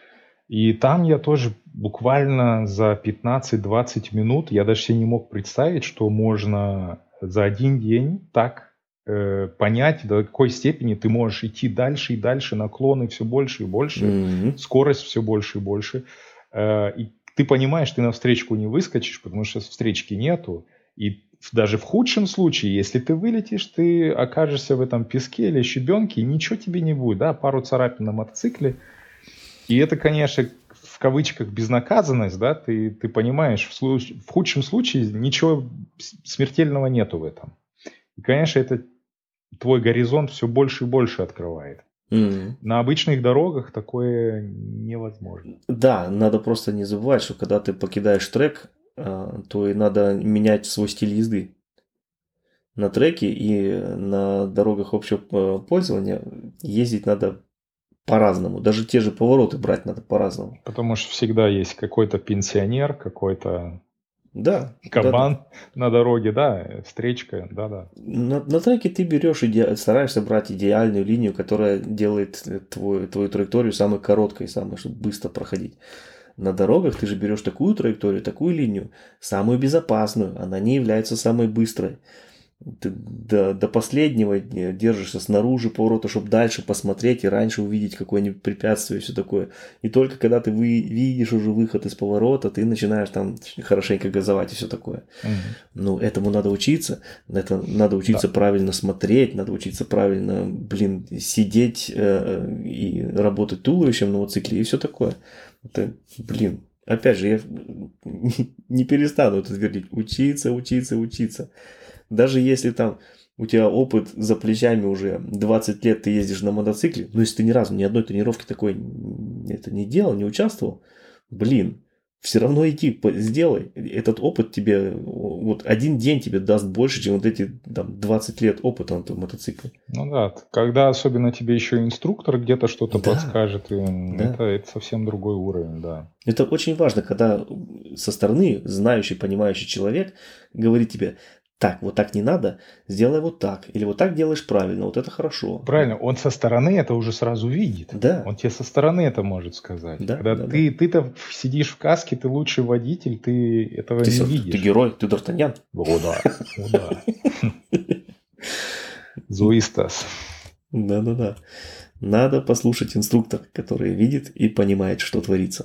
И там я тоже буквально за пятнадцать-двадцать минут, я даже себе не мог представить, что можно за один день так э, понять, до какой степени ты можешь идти дальше и дальше, наклоны все больше и больше, Мгм. скорость все больше и больше. Э, и ты понимаешь, ты на встречку не выскочишь, потому что встречки нету. И в- даже в худшем случае, если ты вылетишь, ты окажешься в этом песке или щебенке, и ничего тебе не будет, да, пару царапин на мотоцикле. И это, конечно, в кавычках безнаказанность, да, ты, ты понимаешь, в, случ- в худшем случае ничего с- смертельного нету в этом. И, конечно, это твой горизонт все больше и больше открывает. Мгм. На обычных дорогах такое невозможно. Да, надо просто не забывать, что когда ты покидаешь трек, а, то и надо менять свой стиль езды. На треке и на дорогах общего э, пользования ездить надо по-разному. Даже те же повороты брать надо по-разному. Потому что всегда есть какой-то пенсионер, какой-то Да, да, да. кабан на дороге, да, встречка, да-да. На, на треке ты берешь, иде... стараешься брать идеальную линию, которая делает э, твою, твою траекторию самой короткой, самой, чтобы быстро проходить. На дорогах ты же берешь такую траекторию, такую линию, самую безопасную, она не является самой быстрой. Ты до, до последнего держишься снаружи поворота, чтобы дальше посмотреть и раньше увидеть какое-нибудь препятствие и все такое. И только когда ты вы, видишь уже выход из поворота, ты начинаешь там хорошенько газовать и все такое. Мгм. Ну, этому надо учиться. Это надо учиться Да. правильно смотреть, надо учиться правильно, блин, сидеть э, и работать туловищем на мотоцикле и все такое. Это, блин, опять же, я не перестану это твердить. Учиться, учиться, учиться. Даже если там у тебя опыт за плечами уже двадцать лет, ты ездишь на мотоцикле, но если ты ни разу ни одной тренировки такой это не делал, не участвовал, блин, все равно иди, по- сделай. Этот опыт тебе, вот один день тебе даст больше, чем вот эти там двадцать лет опыта на этом мотоцикле. Ну да, т- когда особенно тебе еще инструктор где-то что-то Да, подскажет, и, м, да. это, это совсем другой уровень, да. Это очень важно, когда со стороны знающий, понимающий человек говорит тебе, так, вот так не надо, сделай вот так, или вот так делаешь правильно, вот это хорошо. Правильно, он со стороны это уже сразу видит. Да, Он тебе со стороны это может сказать. да, Когда да, да. ты, ты-то сидишь в каске, ты лучший водитель, ты этого Ты, не со- видишь. ты герой, ты Д'Артаньян. О да, о да. Зуистас. Да-да-да. Надо послушать инструктора, который видит и понимает, что творится.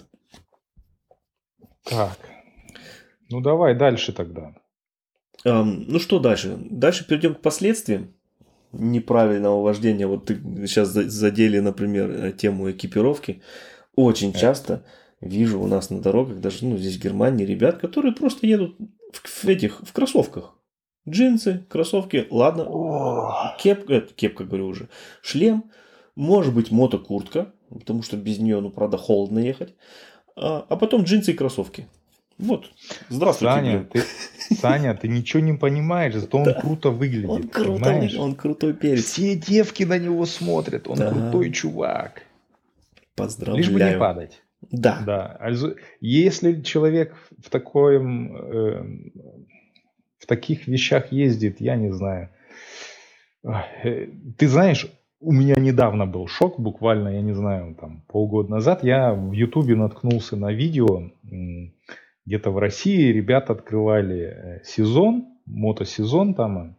Так, ну давай дальше тогда. Ам, ну что дальше? Дальше перейдем к последствиям неправильного вождения. Вот ты сейчас за- задели, например, э, тему экипировки. Очень Э. часто вижу у нас на дорогах, даже ну, здесь в Германии, ребят, которые просто едут в, в этих, в кроссовках. Джинсы, кроссовки, ладно, О, кепка, э, кепка, говорю уже, шлем, может быть мотокуртка, потому что без нее, ну, правда, холодно ехать, а, а потом джинсы и кроссовки. Вот, здравствуйте, Саня, блин. ты, Саня, ты ничего не понимаешь, зато он Да. круто выглядит, Он круто, понимаешь? он крутой перец. Все девки на него смотрят, он Да. крутой чувак. Поздравляю. Лишь бы не падать. Да. Да. Also, если человек в таком, э, в таких вещах ездит, я не знаю. Э, Ты знаешь, у меня недавно был шок, буквально, я не знаю, там полгода назад. Я в Ютубе наткнулся на видео, м, где-то в России ребята открывали э, сезон, мотосезон там.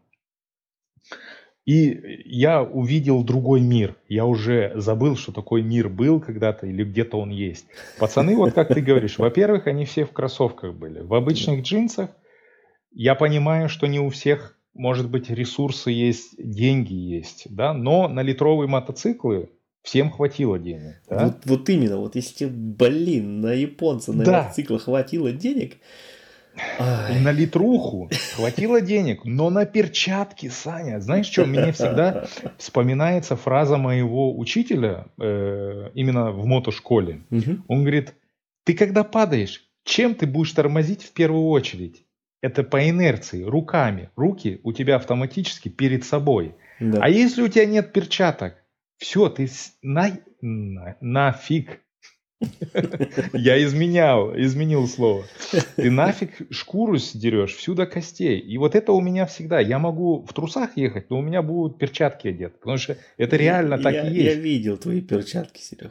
И я увидел другой мир. Я уже забыл, что такой мир был когда-то или где-то он есть. Пацаны, вот как ты говоришь, во-первых, они все в кроссовках были. В обычных джинсах я понимаю, что не у всех, может быть, ресурсы есть, деньги есть, да, но на литровые мотоциклы всем хватило денег. Да? Вот, вот именно, вот если тебе, блин, на японца на Да. мотоциклах хватило денег, ай, На литруху хватило денег, но на перчатки, Саня. Знаешь что, мне всегда вспоминается фраза моего учителя, э, именно в мотошколе. Мгм. Он говорит, ты когда падаешь, чем ты будешь тормозить в первую очередь? Это по инерции, руками. Руки у тебя автоматически перед собой. Да. А если у тебя нет перчаток, все, ты с- на, на- нафиг. Я изменял, изменил слово. Ты нафиг шкуру сдерешь всю до костей. И вот это у меня всегда. Я могу в трусах ехать, но у меня будут перчатки одеты. Потому что это реально так и Я, я есть. видел твои перчатки, Серега.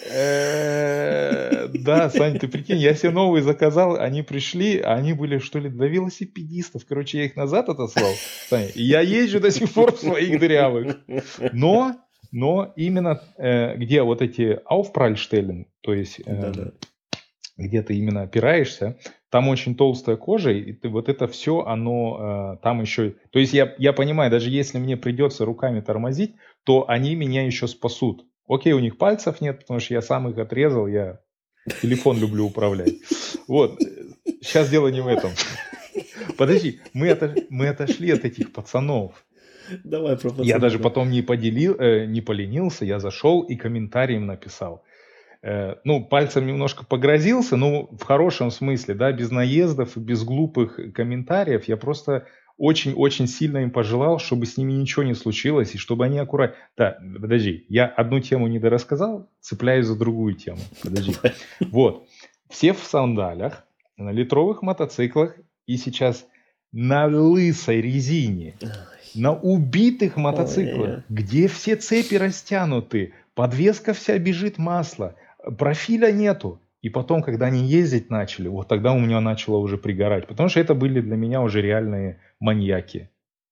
Э, Да, Сань, ты прикинь, я себе новые заказал, они пришли, а они были, что ли, для велосипедистов. Короче, я их назад отослал, Саня, и я езжу до сих пор в своих дырявых. Но, но именно э, где вот эти Aufprallstellen, то есть э, Да-да. где ты именно опираешься, там очень толстая кожа, и ты, вот это все, оно э, там еще... То есть я, я понимаю, даже если мне придется руками тормозить, то они меня еще спасут. Окей, у них пальцев нет, потому что я сам их отрезал, я телефон люблю управлять. Вот, сейчас дело не в этом. Подожди, мы, ото, мы отошли от этих пацанов. Давай про пацанов. Я даже потом не, поделил, э, не поленился, я зашел и комментарий им написал. Э, ну, пальцем немножко погрозился, ну, в хорошем смысле, да, без наездов, без глупых комментариев. Я просто очень-очень сильно им пожелал, чтобы с ними ничего не случилось, и чтобы они аккуратно... Да, подожди, я одну тему не дорассказал, цепляюсь за другую тему. Подожди. Вот. Все в сандалях, на литровых мотоциклах, и сейчас на лысой резине, на убитых мотоциклах, Ой-ой-ой. где все цепи растянуты, подвеска вся бежит масло, профиля нету. И потом, когда они ездить начали, вот тогда у меня начало уже пригорать. Потому что это были для меня уже реальные маньяки.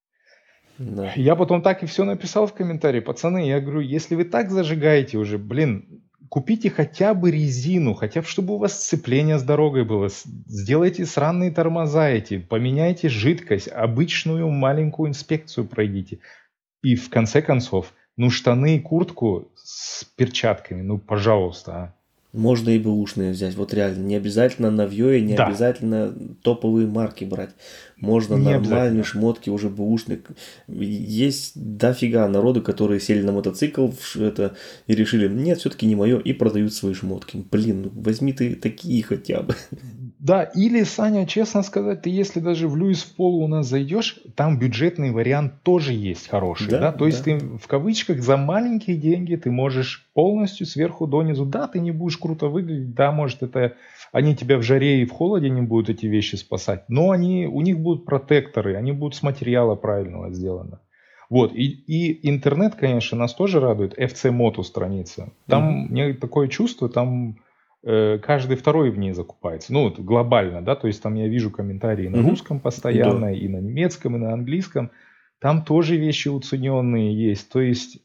Да. Я потом так и все написал в комментарии. Пацаны, я говорю, если вы так зажигаете уже, блин, купите хотя бы резину, хотя бы чтобы у вас сцепление с дорогой было. Сделайте сраные тормоза эти, поменяйте жидкость, обычную маленькую инспекцию пройдите. И в конце концов, ну штаны и куртку с перчатками, ну пожалуйста, а. Можно и бэушные взять. Вот реально, не обязательно новье, не Да. обязательно топовые марки брать. Можно Не нормальные обязательно. шмотки уже бэушные. Есть дофига народу, которые сели на мотоцикл в это, и решили, нет, все-таки не мое, и продают свои шмотки. Блин, ну возьми ты такие хотя бы. Да, или, Саня, честно сказать, ты если даже в Льюис Полу у нас зайдешь, там бюджетный вариант тоже есть хороший, да, Да, то есть да, ты в кавычках за маленькие деньги ты можешь полностью сверху донизу, да, ты не будешь круто выглядеть, да, может это, они тебя в жаре и в холоде не будут эти вещи спасать, но они, у них будут протекторы, они будут с материала правильного сделаны. Вот, и, и интернет, конечно, нас тоже радует, эф си Moto страница, там Мгм. мне такое чувство, там каждый второй в ней закупается. Ну, вот глобально, да, то есть там я вижу комментарии на Мгм. русском постоянно, Да. и на немецком, и на английском. Там тоже вещи уцененные есть. То есть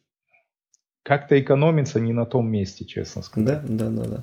как-то экономится не на том месте, честно сказать. Да, да, да, да.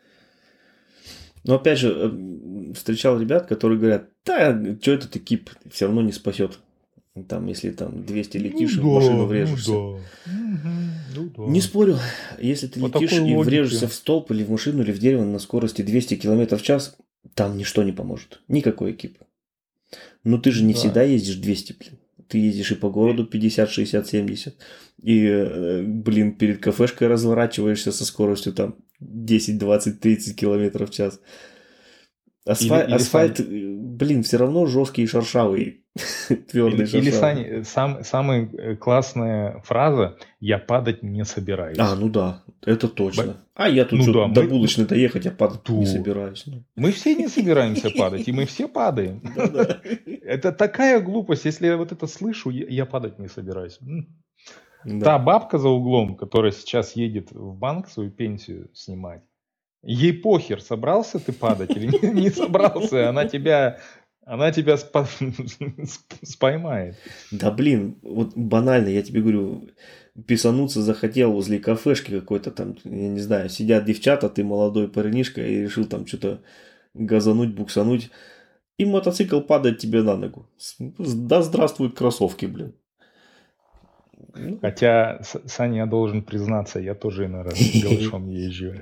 Но опять же, э, встречал ребят, которые говорят, да, что этот экип все равно не спасет. Там, если там двести летишь, в машину врежешься. Ну да. Мгм, ну да. Не спорю, если ты По летишь такой и логике. врежешься в столб или в машину, или в дерево на скорости двести километров в час, там ничто не поможет. Никакой экип. Но ты же не Да. всегда ездишь двести, блин. Ты ездишь и по городу пятьдесят, шестьдесят, семьдесят. И, э, блин, перед кафешкой разворачиваешься со скоростью там десять, двадцать, тридцать километров в час. Асфаль- Или- или асфальт, э, блин, все равно жесткий и шершавый. Твердый Или, или шершавый. Сань, э, сам, самая э, классная фраза «я падать не собираюсь». А, ну да, это точно. Б- А я тут ну что, да, до мы- булочной доехать, я падать не Да. собираюсь. Ну, Мы все не собираемся падать, и мы все падаем. да-да. Это такая глупость, если я вот это слышу, я я падать не собираюсь. М. Да. Та бабка за углом, которая сейчас едет в банк свою пенсию снимать, ей похер, собрался ты падать или не, не собрался, она тебя, она тебя спа- споймает. Да блин, вот банально, я тебе говорю, писануться захотел возле кафешки какой-то там, я не знаю, сидят девчата, ты молодой парнишка и решил там что-то газануть, буксануть, и мотоцикл падает тебе на ногу. С- Да здравствуют кроссовки, блин. Ну, Хотя, С- Саня, я должен признаться, я тоже иной раз голышом езжу.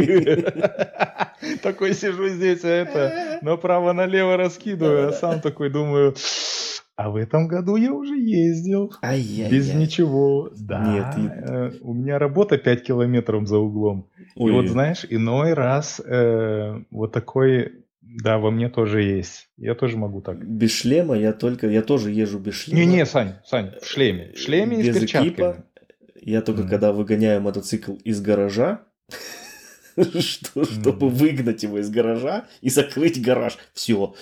Такой сижу здесь, а это направо-налево раскидываю, а сам такой думаю, а в этом году я уже ездил. Ай-яй-яй. Без ничего. Да, Нет, и- э, у меня работа пять километров за углом. И Ой, вот знаешь, иной раз э, вот такой, да, во мне тоже есть. Я тоже могу так. без шлема я только, я тоже езжу без шлема. Не-не, Сань, Сань, в шлеме. В шлеме и с без перчатками. экипа. Я только Мгм. когда выгоняю мотоцикл из гаража, что, чтобы выгнать его из гаража и закрыть гараж. Все.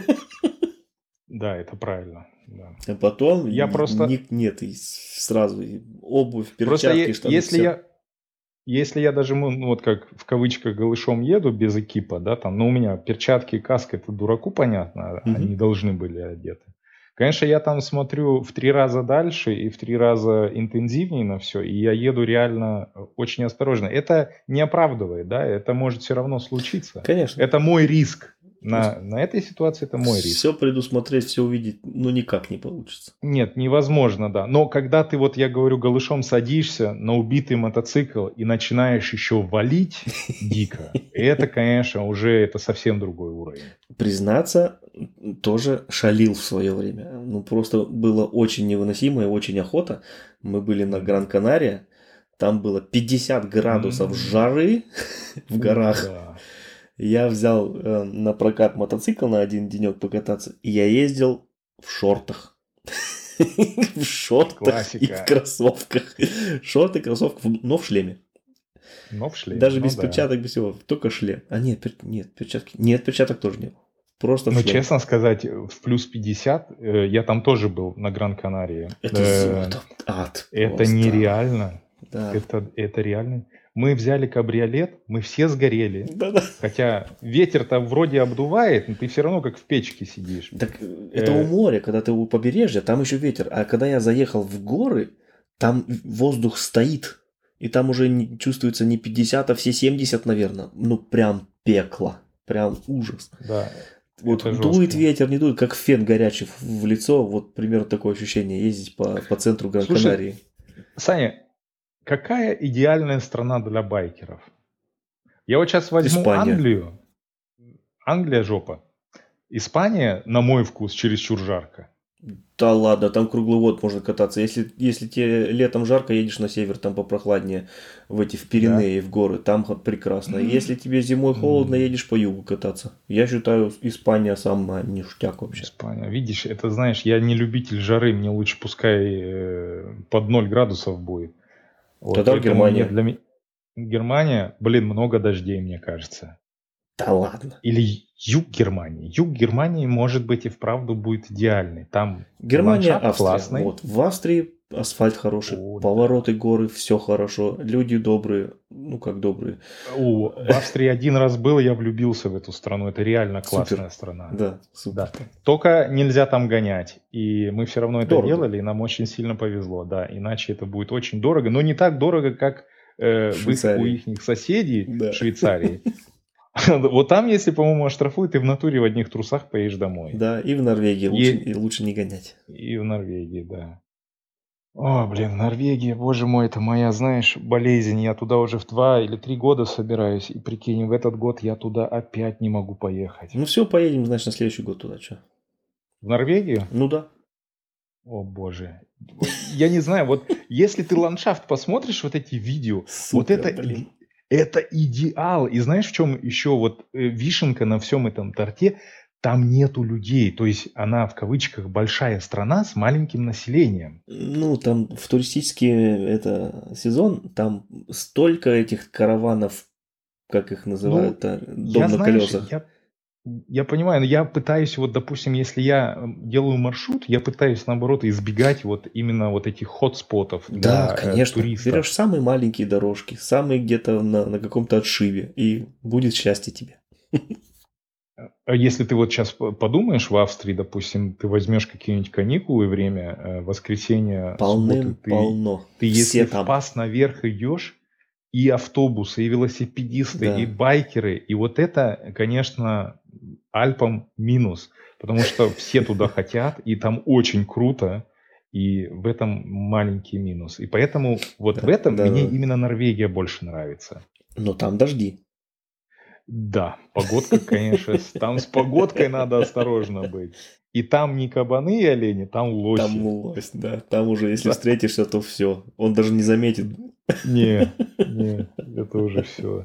Да, это правильно. Да. А потом я и, просто... не, нет, и сразу и обувь, перчатки, просто штаны. Если все. я, если я даже, ну, вот как в кавычках голышом еду без экипа, да, там, ну, у меня перчатки и каска, это дураку понятно, Мгм. они должны были одеты. Конечно, я там смотрю в три раза дальше и в три раза интенсивнее на все, и я еду реально очень осторожно. Это не оправдывает, да, это может все равно случиться. Конечно. Это мой риск. На, на этой ситуации это мой риск. Все предусмотреть, все увидеть, ну, никак не получится. Нет, невозможно, да. Но когда ты, вот я говорю, голышом садишься на убитый мотоцикл и начинаешь еще валить дико, это, конечно, уже это совсем другой уровень. Признаться, тоже шалил в свое время. Ну, просто было очень невыносимо и очень охота. Мы были на Гран-Канария, там было пятьдесят градусов жары в горах. Да. Я взял э, на прокат мотоцикл на один денек покататься, и я ездил в шортах. В шортах и в кроссовках. Шорты, кроссовки, но в шлеме. Но в шлеме. Даже ну без да. перчаток, без всего, только шлем. А нет, пер... нет, перчатки. Нет, перчаток тоже не было. Просто в Ну, шлеме. честно сказать, в плюс пятьдесят, э, я там тоже был на Гран-Канарии. Это Э, золото. Ад. Это просто. нереально. Да. Это, это реально. Мы взяли кабриолет, мы все сгорели. Да-да. Хотя ветер-то вроде обдувает, но ты все равно как в печке сидишь. Так это у моря, когда ты у побережья, там еще ветер. А когда я заехал в горы, там воздух стоит. И там уже не, чувствуется не пятьдесят, а все семьдесят, наверное. Ну, прям пекло. Прям ужас. Да. Вот это дует жестко. ветер, не дует, как фен горячий в лицо. Вот примерно такое ощущение ездить по, по центру Гран-Канарии. Саня, какая идеальная страна для байкеров? Я вот сейчас возьму Испания. Англию. Англия жопа. Испания, на мой вкус, чересчур жарко. Да ладно, там круглый год можно кататься. Если, если тебе летом жарко, едешь на север, там попрохладнее, в эти, в Пиренеи, да. в горы, там прекрасно. Mm-hmm. Если тебе зимой холодно, mm-hmm. едешь по югу кататься. Я считаю, Испания самая ништяк вообще. Испания. Видишь, это знаешь, я не любитель жары, мне лучше пускай э, под ноль градусов будет. Вот, тогда Германия. Для меня... Германия, блин, много дождей, мне кажется. Да ладно. Или юг Германии. Юг Германии, может быть, и вправду будет идеальный. Там Германия, Австрия. Классный. Вот. В Австрии асфальт хороший, О, повороты, да. горы, все хорошо. Люди добрые, ну как добрые. О, в Австрии один раз был, я влюбился в эту страну. Это реально классная супер. страна. Да, супер. Да. Только нельзя там гонять. И мы все равно это дорого. делали, и нам очень сильно повезло. Да, иначе это будет очень дорого. Но не так дорого, как э, в их, у их соседей да. в Швейцарии. Вот там, если, по-моему, оштрафуют, ты в натуре в одних трусах поедешь домой. Да, и в Норвегии лучше, и... лучше не гонять. И в Норвегии, да. О, блин, Норвегия, боже мой, это моя, знаешь, болезнь. Я туда уже в два или три года собираюсь. И прикинь, в этот год я туда опять не могу поехать. Ну все, поедем, значит, на следующий год туда. Что? В Норвегию? Ну да. О, боже. Я не знаю, вот если ты ландшафт посмотришь, вот эти видео, Супер, вот это... блин. Это идеал. И знаешь, в чем еще вот вишенка на всем этом торте? Там нету людей. То есть она, в кавычках, большая страна с маленьким населением. Ну, там в туристический это, сезон, там столько этих караванов, как их называют, ну, дом я, на знаешь, колесах. Я, я понимаю, но я пытаюсь, вот, допустим, если я делаю маршрут, я пытаюсь, наоборот, избегать вот именно вот этих хотспотов для да, конечно. туристов. Берешь самые маленькие дорожки, самые где-то на, на каком-то отшибе, и будет счастье тебе. Если ты вот сейчас подумаешь в Австрии, допустим, ты возьмешь какие-нибудь каникулы, время, воскресенье, Полным, субботы, ты, полно. ты если там. в пас наверх идешь, и автобусы, и велосипедисты, да. и байкеры, и вот это, конечно, Альпам минус, потому что все туда хотят, и там очень круто, и в этом маленький минус. И поэтому вот да, в этом да, мне да. именно Норвегия больше нравится. Но там дожди. Да, погодка, конечно, там с погодкой надо осторожно быть. И там не кабаны и олени, там лоси. Там лось, да. Там уже, если да. встретишься, то все. Он даже не заметит. Не, не, это уже все.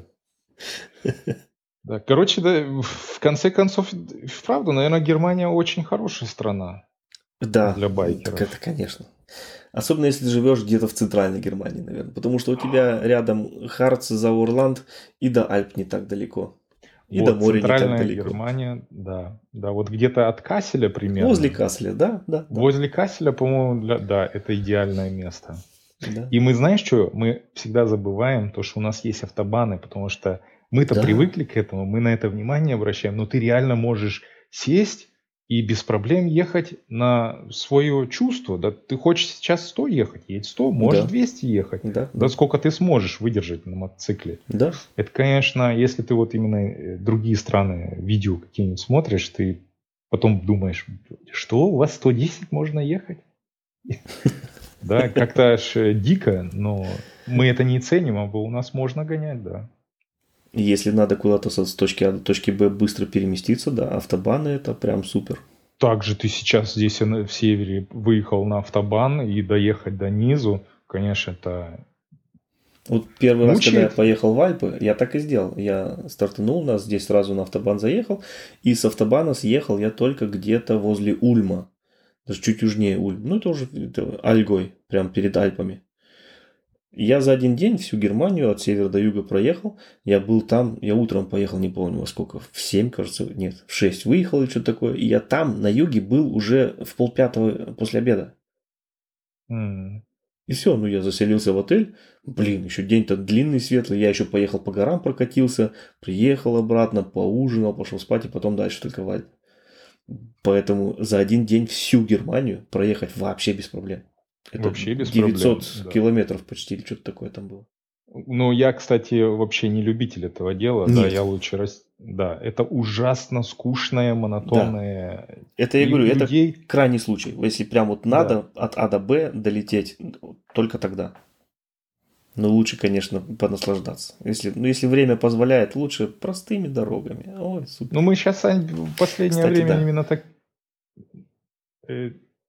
Да, короче, да, в конце концов, вправду, наверное, Германия очень хорошая страна. Да, для байкеров. так это, конечно. Особенно если ты живешь где-то в центральной Германии, наверное. Потому что у тебя рядом Харц, Зауэрланд, и до Альп не так далеко. И Вот до моря не так центральная далеко. Германия, да. Да, вот где-то от Касселя примерно. Возле Касселя, да, да. да. Возле Касселя, по-моему, для... да, это идеальное место. Да. И мы, знаешь что, мы всегда забываем то, что у нас есть автобаны, потому что мы-то Да. привыкли к этому, мы на это внимание обращаем, но ты реально можешь сесть и без проблем ехать на свое чувство. Да, ты хочешь сейчас сто ехать, едь сто, можешь Да. двести ехать. Да, Да, да. сколько ты сможешь выдержать на мотоцикле. Да. Это, конечно, если ты вот именно э, другие страны, видео какие-нибудь смотришь, ты потом думаешь, что у вас сто десять можно ехать? Да, как-то аж э, дико, но мы это не ценим, а у нас можно гонять, да. Если надо куда-то со- с точки А до точки Б быстро переместиться, да, автобаны это прям супер. Также ты сейчас здесь э, на- в севере выехал на автобан и доехать до низу, конечно, это Вот первый раз, когда я мучает. поехал в Альпы, я так и сделал. Я стартанул нас, здесь сразу на автобан заехал, и с автобана съехал я только где-то возле Ульма. Даже чуть южнее Ульм. Ну, это уже это, Альгой, прям перед Альпами. Я за один день всю Германию от севера до юга проехал. Я был там, я утром поехал, не помню во сколько, в семь, кажется, нет, в шесть выехал или что-то такое. И я там, на юге, был уже в полпятого после обеда. М. И все, ну я заселился в отель. Блин, еще день-то длинный, светлый. Я еще поехал по горам, прокатился, приехал обратно, поужинал, пошел спать и потом дальше только в Альпы. Поэтому за один день всю Германию проехать вообще без проблем. Это Вообще без девятьсот проблем, да. километров почти или что-то такое там было. Ну, я, кстати, вообще не любитель этого дела, да, Нет. я лучше рас... Да, это ужасно скучное, монотонное. Это я И говорю, у это людей... крайний случай. Если прям вот надо от А до Б долететь, только тогда. Но лучше, конечно, понаслаждаться. Если, ну, если время позволяет, лучше простыми дорогами. Ой, супер. Ну, мы сейчас, Сань, в последнее Кстати, время да. именно так... Э,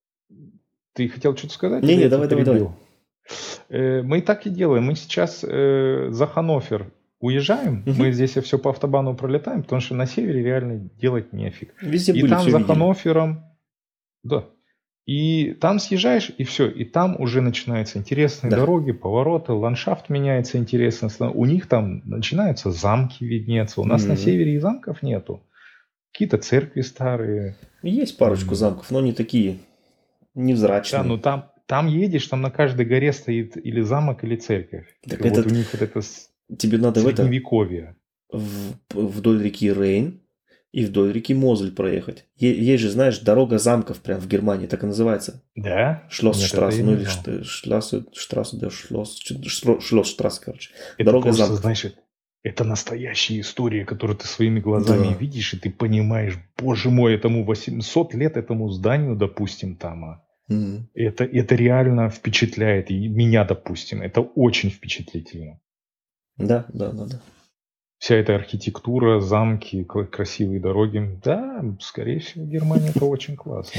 Ты хотел что-то сказать? Не, или не, я тебя давай, давай, перебил? Э, Мы и так и делаем. Мы сейчас э, за Ханновер уезжаем. Мгм. Мы здесь все по автобану пролетаем, потому что на севере реально делать нефиг. Везде И были, там все за видели. Ханновером, да. И там съезжаешь, и все. И там уже начинаются интересные Да. дороги, повороты, ландшафт меняется интересно. У них там начинаются замки виднеться. У нас на Мгм. севере и замков нету. Какие-то церкви старые. Есть парочку М. замков, но не такие Да, невзрачные. ну там, там едешь, там на каждой горе стоит или замок, или церковь. Так И вот этот- у них вот это с- Тебе надо в это средневековье. в- вдоль реки Рейн и вдоль реки Мозель проехать. Е- есть же, знаешь, дорога замков прям в Германии, так и называется. Да? Шлоссштрассе, Нет, это я ну не или знал. шт- Штрассе, Штрассе, да, Шлосс, чё- Шро- Шлоссштрассе, короче. Это Дорога просто, замков. знаешь, это настоящая история, которую ты своими глазами Да. видишь, и ты понимаешь, боже мой, этому восемьсот лет, этому зданию, допустим, там, а. Мгм. Это, это реально впечатляет, и меня, допустим, это очень впечатлительно. Да, да, да, да. Вся эта архитектура, замки, к- красивые дороги. Да, скорее всего, Германия это очень классно.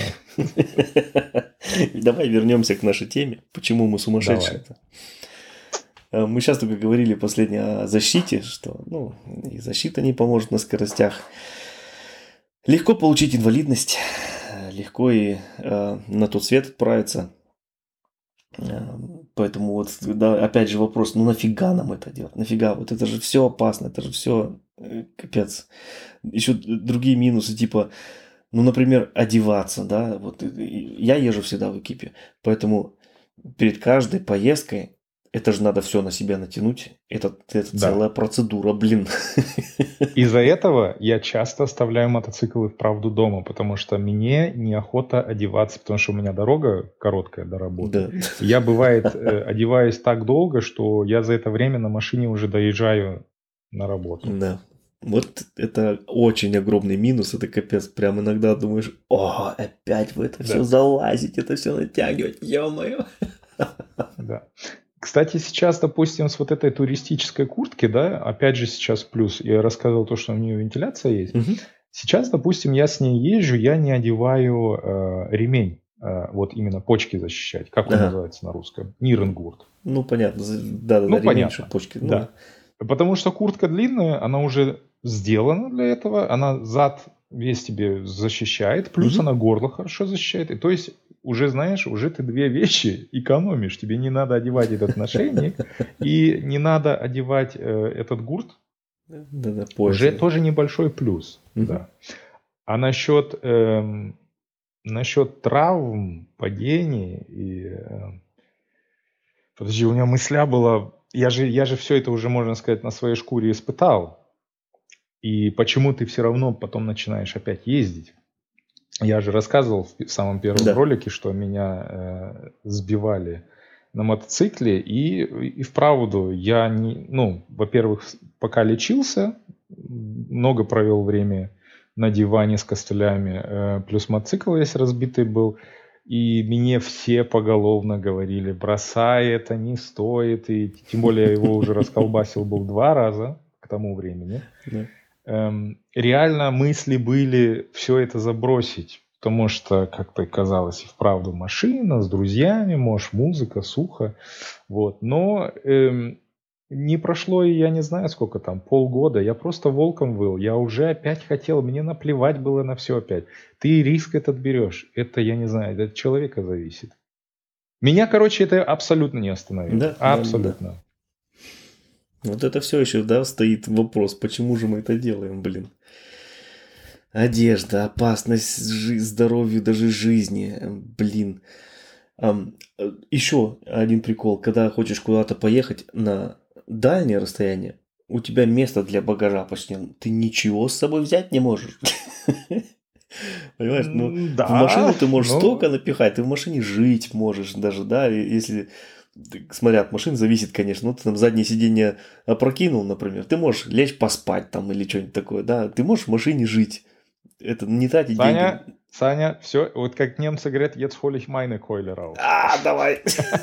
Давай вернемся к нашей теме. Почему мы сумасшедшие? Э, Мы сейчас только говорили последнее о защите, что ну, и защита не поможет на скоростях. Легко получить инвалидность, э, легко и э, на тот свет отправиться. Э, Поэтому вот, да, опять же вопрос, ну нафига нам это делать? Нафига? Вот это же все опасно, это же все капец. Еще другие минусы, типа, ну, например, одеваться, да, вот и- и я езжу всегда в экипе, поэтому перед каждой поездкой это же надо все на себя натянуть. Это, это Да. целая процедура, блин. Из-за этого я часто оставляю мотоциклы вправду дома, потому что мне неохота одеваться, потому что у меня дорога короткая до работы. Да. Я, бывает, э, одеваюсь так долго, что я за это время на машине уже доезжаю на работу. Да. Вот это очень огромный минус, это капец. Прям иногда думаешь, о, опять в это Да. все залазить, это все натягивать, ё-моё. Да. Кстати, сейчас, допустим, с вот этой туристической куртки, да, опять же сейчас плюс, я рассказывал то, что у нее вентиляция есть. Мгм. Сейчас, допустим, я с ней езжу, я не одеваю э, ремень, э, вот именно почки защищать. Как он Ага. называется на русском? Нирнгурт. Ну, понятно. Да, да, Ну, да, ремень, понятно. чтоб почки. ну, Да. Потому что куртка длинная, она уже сделана для этого, она зад весь тебе защищает, плюс Мгм. она горло хорошо защищает. И то есть уже, знаешь, уже ты две вещи экономишь. Тебе не надо одевать этот нашейник и не надо одевать э, этот гурт. Да-да, пояс. Уже тоже небольшой плюс. Мгм. Да. А насчет, эм, насчет травм, падений и... э, Подожди, у меня мысля была... Я же, я же все это уже, можно сказать, на своей шкуре испытал. И почему ты все равно потом начинаешь опять ездить? Я же рассказывал в пе- в самом первом Да. ролике, что меня э, сбивали на мотоцикле. И, и вправду я, не, ну, во-первых, с- пока лечился, м, много провел время на диване с костылями, э, плюс мотоцикл весь разбитый был. И мне все поголовно говорили, бросай это, не стоит. И тем более я его уже расколбасил был два раза к тому времени. Да. Эм, реально мысли были все это забросить, потому что, как-то казалось, и вправду машина с друзьями, может, музыка, сухо, вот. Но эм, не прошло, и я не знаю, сколько там, полгода, я просто волком выл, я уже опять хотел, мне наплевать было на все опять. Ты риск этот берешь, это, я не знаю, это от человека зависит. Меня, короче, это абсолютно не остановило, Да, да, да. абсолютно. Вот это все еще, да, стоит вопрос, почему же мы это делаем, блин. Одежда, опасность жи- здоровью, даже жизни, э, блин. Ам, э, еще один прикол, когда хочешь куда-то поехать на дальнее расстояние, у тебя место для багажа почти, нет. Ты ничего с собой взять не можешь. Понимаешь, ну, М, в машину Да, ты можешь ну, столько напихать, ты в машине жить можешь даже, да, и если, ты- смотря от машин, зависит, конечно, ну, ты там заднее сиденье опрокинул, например, ты можешь лечь поспать там или что-нибудь такое, да, ты можешь в машине жить, это не тратить деньги. Саня, Саня, все, вот как немцы говорят, jetzt hol ich meine Keule raus. А, давай.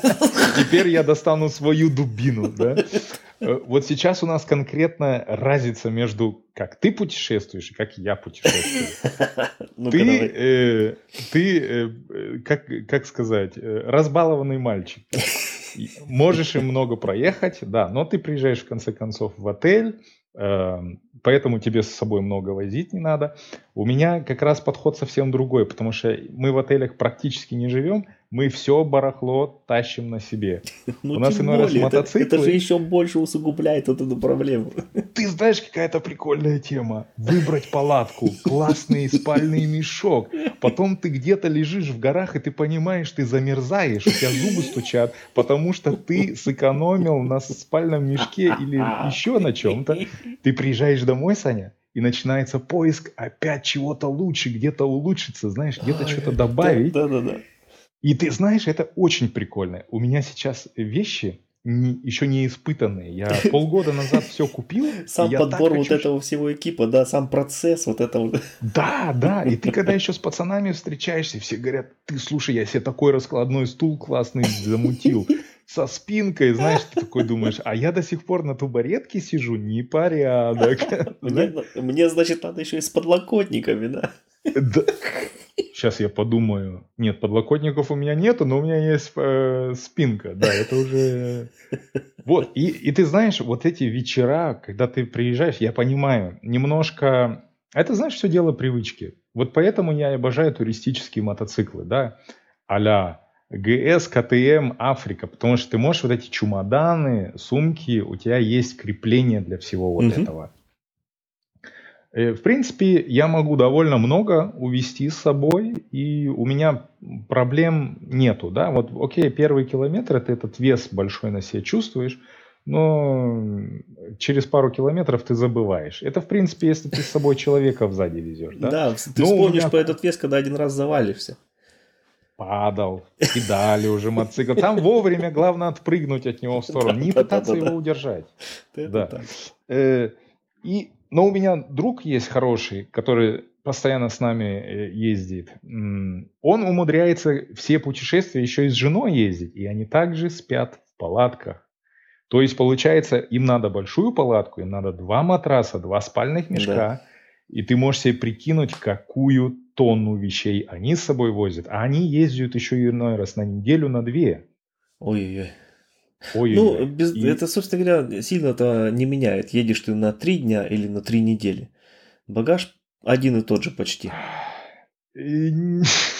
Теперь я достану свою дубину, да? Э, Вот сейчас у нас конкретная разница между как ты путешествуешь и как я путешествую. Ну-ка, Ты, давай. э, ты э, э, как, как сказать, э, разбалованный мальчик. И можешь и много проехать, да, но ты приезжаешь в конце концов в отель, э, поэтому тебе с собой много возить не надо. У меня как раз подход совсем другой, потому что мы в отелях практически не живем, мы все барахло тащим на себе. Ну, У нас тем иной раз более, это, это же мотоциклы. еще больше усугубляет вот эту проблему. Ты знаешь, какая-то прикольная тема. Выбрать палатку, классный спальный мешок. Потом ты где-то лежишь в горах, и ты понимаешь, ты замерзаешь, у тебя зубы стучат, потому что ты сэкономил на спальном мешке или еще на чем-то. Ты приезжаешь домой, Саня, и начинается поиск опять чего-то лучше, где-то улучшиться, знаешь, где-то что-то Ой, добавить. Да, да, да, да. И ты знаешь, это очень прикольно. У меня сейчас вещи не- еще не испытанные. Я полгода назад все купил, и Сам я так подбор вот хочу... щ- этого всего экипа, да, сам процесс, вот это вот. Да, да. И ты когда еще с пацанами встречаешься, все говорят, ты, слушай, я себе такой раскладной стул классный замутил. Со спинкой, знаешь, ты такой думаешь, а я до сих пор на тубаретке сижу, непорядок. Мне, Знаешь? мне, значит, надо еще и с подлокотниками, да? Да. Сейчас я подумаю. Нет, подлокотников у меня нету, но у меня есть э, спинка. Да, это уже... Вот, и, и ты знаешь, вот эти вечера, когда ты приезжаешь, я понимаю, немножко... Это, знаешь, все дело привычки. Вот поэтому я и обожаю туристические мотоциклы, да, а-ля ГС, КТМ, Африка, потому что ты можешь вот эти чемоданы, сумки, у тебя есть крепление для всего вот Мгм. этого. Э, В принципе, я могу довольно много увезти с собой, и у меня проблем нету, да, вот, окей, первый километр, ты этот вес большой на себе чувствуешь, но через пару километров ты забываешь. Это, в принципе, если ты с собой человека сзади везешь, да. Да, ты Но у вспомнишь меня про этот вес, когда один раз завалишься. падал, кидали уже мотоцикл. Там вовремя, главное, отпрыгнуть от него в сторону, не Да, да, пытаться да, да. его удержать. Это Да. так. Э, И, но у меня друг есть хороший, который постоянно с нами э, ездит. М, Он умудряется все путешествия еще и с женой ездить, и они также спят в палатках. То есть, получается, им надо большую палатку, им надо два матраса, два спальных мешка, и ты можешь себе прикинуть, какую тонну вещей они с собой возят. А они ездят еще и иной раз на неделю, на две. Ой-ой-ой. Ну, Ой-ой-ой. без, И- это, собственно говоря, сильно-то не меняет, едешь ты на три дня или на три недели. Багаж один и тот же почти. И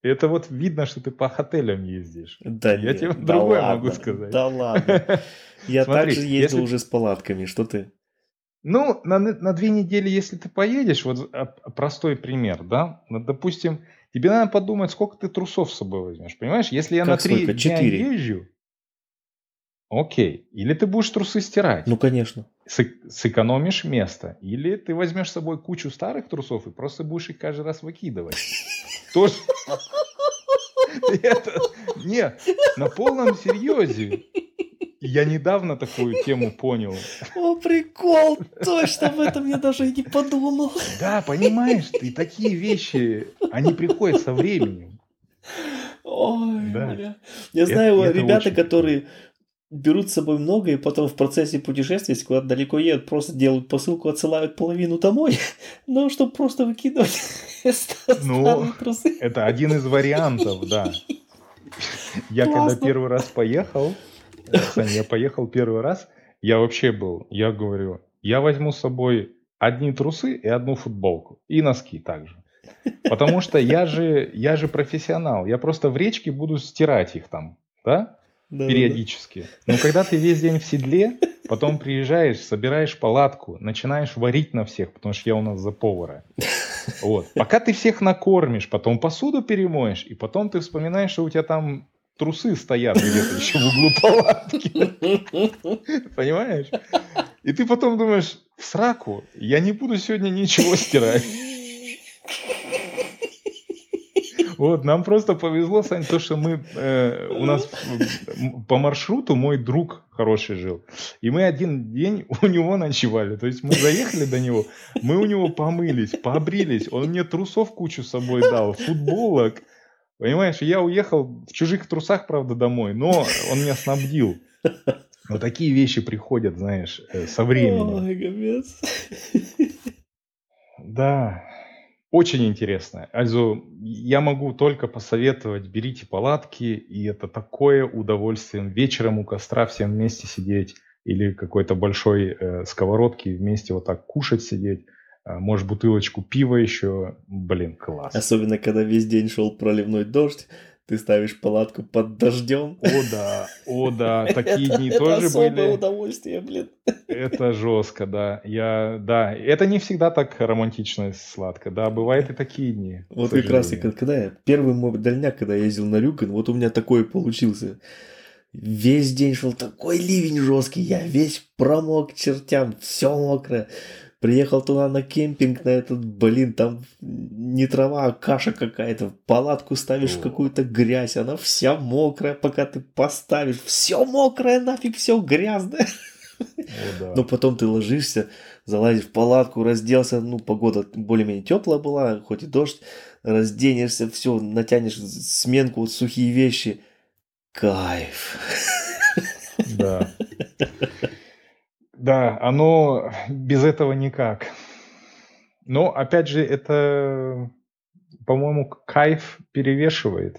Это вот видно, что ты по отелям ездишь. Да Я нет, тебе да другое ладно, могу сказать. да ладно. Я Смотри, также ездил если... уже с палатками, что ты? Ну, на, на две недели, если ты поедешь, вот а, простой пример, да, ну, допустим, тебе надо подумать, сколько ты трусов с собой возьмешь, понимаешь? Если я на Как три сколько? дня Четыре. езжу, окей, или ты будешь трусы стирать, Ну, конечно. сэк- сэкономишь место, или ты возьмешь с собой кучу старых трусов и просто будешь их каждый раз выкидывать. Тоже... Это... Нет, на полном серьезе. Я недавно такую тему понял. О, прикол! Точно об этом я даже и не подумал. Да, понимаешь, ты такие вещи, они приходят со временем. Ой, Да. бля. Я Это- знаю это ребята, очень которые берут с собой много и потом в процессе путешествия, если куда-то далеко едут, просто делают посылку, отсылают половину домой, ну, чтобы просто выкидывать Ну, старые трусы. Это один из вариантов, да. Я когда Классно. первый раз поехал, э, Сань, я поехал первый раз, я вообще был, я говорю, я возьму с собой одни трусы и одну футболку, и носки также. Потому что я же, я же профессионал, я просто в речке буду стирать их там, да, Да-да-да. периодически. Но когда ты весь день в седле, потом приезжаешь, собираешь палатку, начинаешь варить на всех, потому что я у нас за повара. Вот. Пока ты всех накормишь, потом посуду перемоешь, и потом ты вспоминаешь, что у тебя там трусы стоят где-то еще в углу палатки. Понимаешь? И ты потом думаешь, в сраку, я не буду сегодня ничего стирать. Вот, нам просто повезло, Сань, то, что мы, э, у нас м, по маршруту мой друг хороший жил. И мы один день у него ночевали. То есть мы заехали до него, мы у него помылись, побрились. Он мне трусов кучу с собой дал, футболок. Понимаешь, я уехал в чужих трусах, правда, домой, но он меня снабдил. Но такие вещи приходят, знаешь, э, со временем. Ой, капец. Да, очень интересно. Also, я могу только посоветовать, берите палатки, и это такое удовольствие вечером у костра всем вместе сидеть или какой-то большой э, сковородки вместе вот так кушать, сидеть. А, может, бутылочку пива еще. Блин, класс. Особенно, когда весь день шел проливной дождь, ты ставишь палатку под дождем. О да, о да, такие Это- дни это тоже особое были. удовольствие, блин. Это жестко, да. Я, да, это не всегда так романтично и сладко, да, бывают и такие дни. к Вот как раз и сожалению. к- когда я первый мой дальняк, когда я ездил на Рюкон, вот у меня такой получился. Весь день шел такой ливень жесткий, я весь промок к чертям, все мокрое. Приехал туда на кемпинг, на этот, блин, там не трава, а каша какая-то. В палатку ставишь в О. какую-то грязь, она вся мокрая, пока ты поставишь. Все мокрое, нафиг, все грязное. О, да. Но потом ты ложишься, залазишь в палатку, разделся, ну, погода более-менее теплая была, хоть и дождь, разденешься, все, натянешь сменку, вот сухие вещи. Кайф. Да. Да, оно без этого никак. Но, опять же, это, по-моему, кайф перевешивает.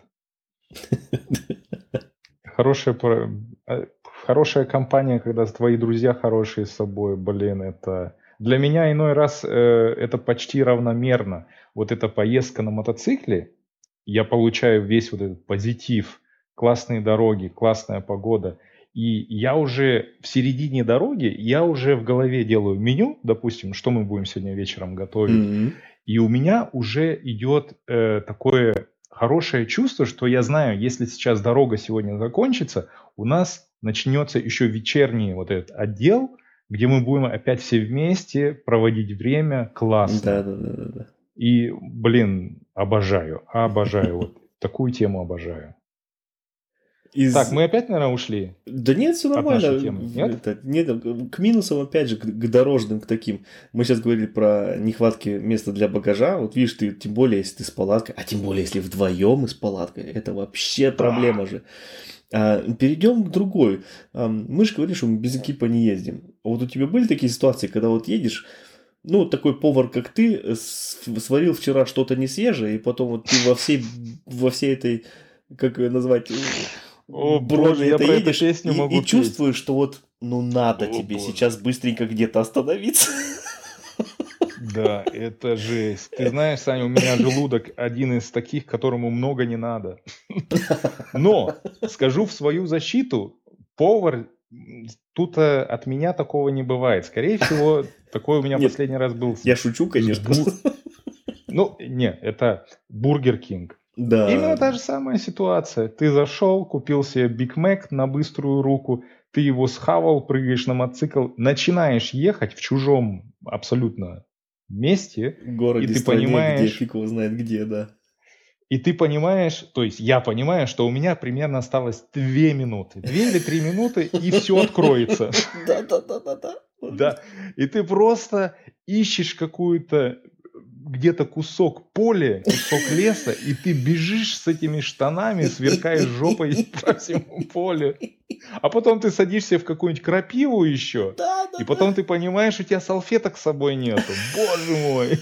Хорошая, про- э, хорошая компания, когда твои друзья хорошие с собой, блин, это... Для меня иной раз э, это почти равномерно. Вот эта поездка на мотоцикле, я получаю весь вот этот позитив, классные дороги, классная погода. И я уже в середине дороги, я уже в голове делаю меню, допустим, что мы будем сегодня вечером готовить. Мгм. И у меня уже идет э, такое хорошее чувство, что я знаю, если сейчас дорога сегодня закончится, у нас начнется еще вечерний вот этот отдел, где мы будем опять все вместе проводить время классно. Да, да, да, да, да. И, блин, обожаю, обожаю. Вот такую тему обожаю. Из- Так, мы опять, наверное, ушли. Да нет, все От нормально. нашей темы, нет? Это, нет, к минусам, опять же, к, к дорожным, к таким. Мы сейчас говорили про нехватки места для багажа. Вот видишь, ты, тем более, если ты с палаткой, а тем более, если вдвоем и с палаткой, это вообще проблема же. А, перейдем к другой. А, мы же говорили, что мы без экипа не ездим. А вот у тебя были такие ситуации, когда вот едешь, ну, такой повар, как ты, с- сварил вчера что-то несвежее, и потом вот ты во всей, во всей этой, как ее назвать, О, броне боже, я это про эту едешь песню и, могу и петь. чувствуешь, что вот, ну, надо О, тебе боже. сейчас быстренько где-то остановиться. Да, это жесть. Ты знаешь, Саня, у меня желудок один из таких, которому много не надо. Но, скажу в свою защиту, повар, м, тут э, от меня такого не бывает. Скорее всего, такой у меня Нет, последний раз был с, я шучу, с конечно. бу- Ну, не, это Бургер Кинг. Именно Да, та же самая ситуация. Ты зашел, купил себе Биг Мак на быструю руку, ты его схавал, прыгаешь на мотоцикл, начинаешь ехать в чужом абсолютно месте, в и городе, ты стране, где понимаешь, фиг его знает где, да. и ты понимаешь, то есть я понимаю, что у меня примерно осталось две минуты, две или три минуты, и все откроется. Да-да-да-да-да. Да, и ты просто ищешь какую-то где-то кусок поля, кусок леса, и ты бежишь с этими штанами, сверкаешь жопой по всему полю. А потом ты садишься в какую-нибудь крапиву еще, и Да-да-да. потом ты понимаешь, у тебя салфеток с собой нету. Боже мой!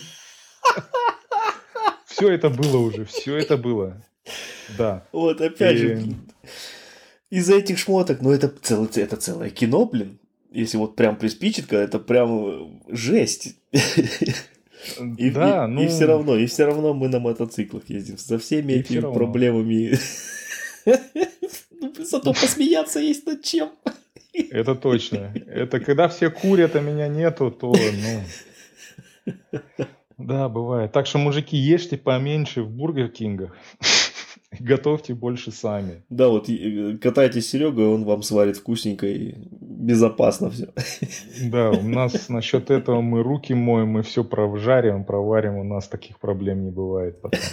Все это было уже, все это было. Да. Вот, опять же, И блин, из-за этих шмоток, ну это, целое, это целое кино, блин. Если вот прям приспичит, когда это прям э, жесть. И, да, и, и все ну, равно, и все равно мы на мотоциклах ездим со всеми и все этими равно. проблемами. Ну, зато посмеяться есть над чем. Это точно. Это когда все курят, а меня нету, то, ну... Да, бывает. Так что, мужики, ешьте поменьше в Бургер Кингах. Готовьте больше сами. Да, вот и, э, катайтесь с Серегой, он вам сварит вкусненько и безопасно все. Да, у нас насчет этого мы руки моем, мы все провжарим, проварим, у нас таких проблем не бывает потом.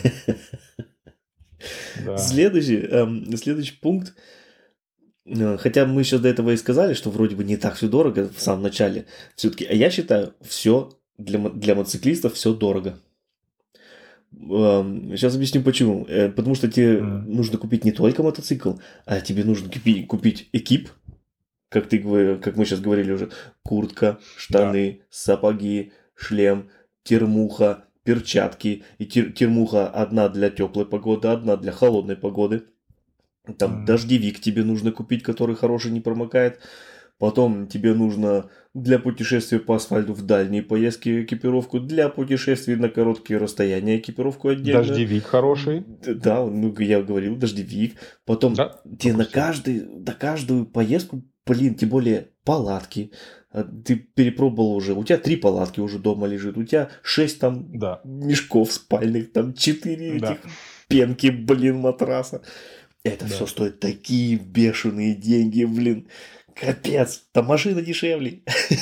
Да. Следующий, эм, следующий пункт. Э, Хотя мы сейчас до этого и сказали, что вроде бы не так все дорого в самом начале. Все-таки, а я считаю, все для, мо- для мотоциклистов все дорого. Эм, Сейчас объясню почему. Э, Потому что тебе М. нужно купить не только мотоцикл, а тебе нужно купи- купить экип, как ты говор- как мы сейчас говорили уже, куртка, штаны, сапоги, шлем, термуха, перчатки. И тер- термуха одна для теплой погоды, одна для холодной погоды. Там М. дождевик тебе нужно купить, который хороший, не промокает. Потом тебе нужно для путешествия по асфальту в дальние поездки экипировку, для путешествий на короткие расстояния экипировку отдельно. Дождевик хороший. Д- Да, ну я говорил, дождевик. Потом Да, тебе на допустим. каждый, на каждую поездку, блин, тем более палатки. А Ты перепробовал уже, у тебя три палатки уже дома лежит, у тебя шесть там Да, мешков спальных, там четыре да, этих пенки, блин, матраса. Это все да. стоит такие бешеные деньги, блин. Капец, там машина дешевле.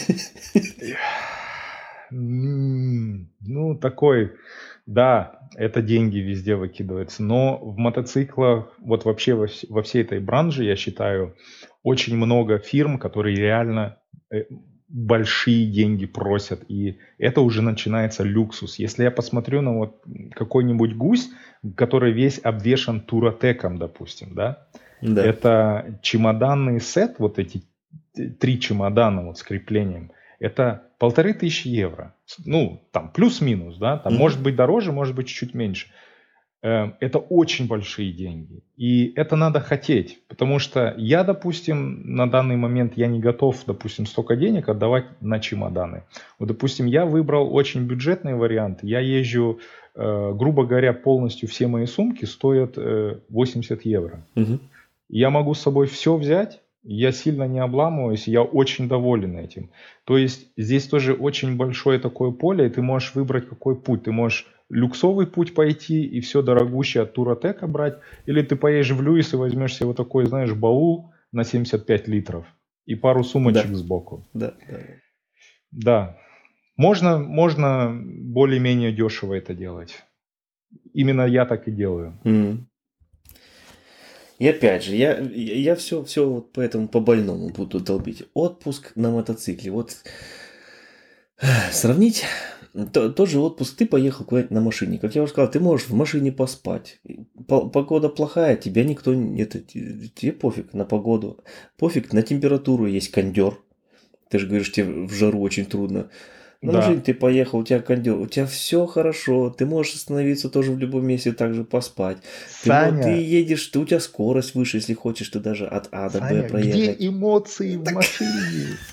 М, Ну, такой, да, это деньги везде выкидываются, но в мотоциклах, вот вообще во, вс- во всей этой бранже, я считаю, очень много фирм, которые реально э, большие деньги просят, и это уже начинается люксус. Если я посмотрю на вот какой-нибудь гусь, который весь обвешан туратеком, допустим, да, Да. это чемоданный сет, вот эти т- три чемодана вот с креплением, это полторы тысячи евро. Ну, там плюс-минус, да, там Мгм. может быть дороже, может быть чуть-чуть меньше. Эм, Это очень большие деньги. И это надо хотеть. Потому что я, допустим, на данный момент я не готов, допустим, столько денег отдавать на чемоданы. Вот, допустим, я выбрал очень бюджетный вариант. Я езжу, э, грубо говоря, полностью все мои сумки стоят э, восемьдесят евро. Мгм. Я могу с собой все взять, я сильно не обламываюсь, я очень доволен этим. То есть здесь тоже очень большое такое поле, и ты можешь выбрать какой путь. Ты можешь люксовый путь пойти и все дорогущее от Туратека брать, или ты поедешь в Люис и возьмешь себе вот такой, знаешь, баул на семьдесят пять литров и пару сумочек Да, сбоку. да, да. Да, можно, можно более-менее дешево это делать. Именно я так и делаю. Мгм. И опять же, я, я все, все вот поэтому по-больному буду долбить. Отпуск на мотоцикле. Вот сравнить то- тот же отпуск, ты поехал куда-нибудь на машине. Как я уже сказал, ты можешь в машине поспать. По- Погода плохая, тебя никто не... Это, те- тебе пофиг на погоду. Пофиг на температуру, есть кондер. Ты же говоришь, тебе в жару очень трудно. На машине Да, ты поехал, у тебя кондер, у тебя все хорошо, ты можешь остановиться тоже в любом месте, также поспать. Ты, мо- ты Саня, едешь, ты, у тебя скорость выше, если хочешь, ты даже от А до Б Саня, где проехать. эмоции в машине?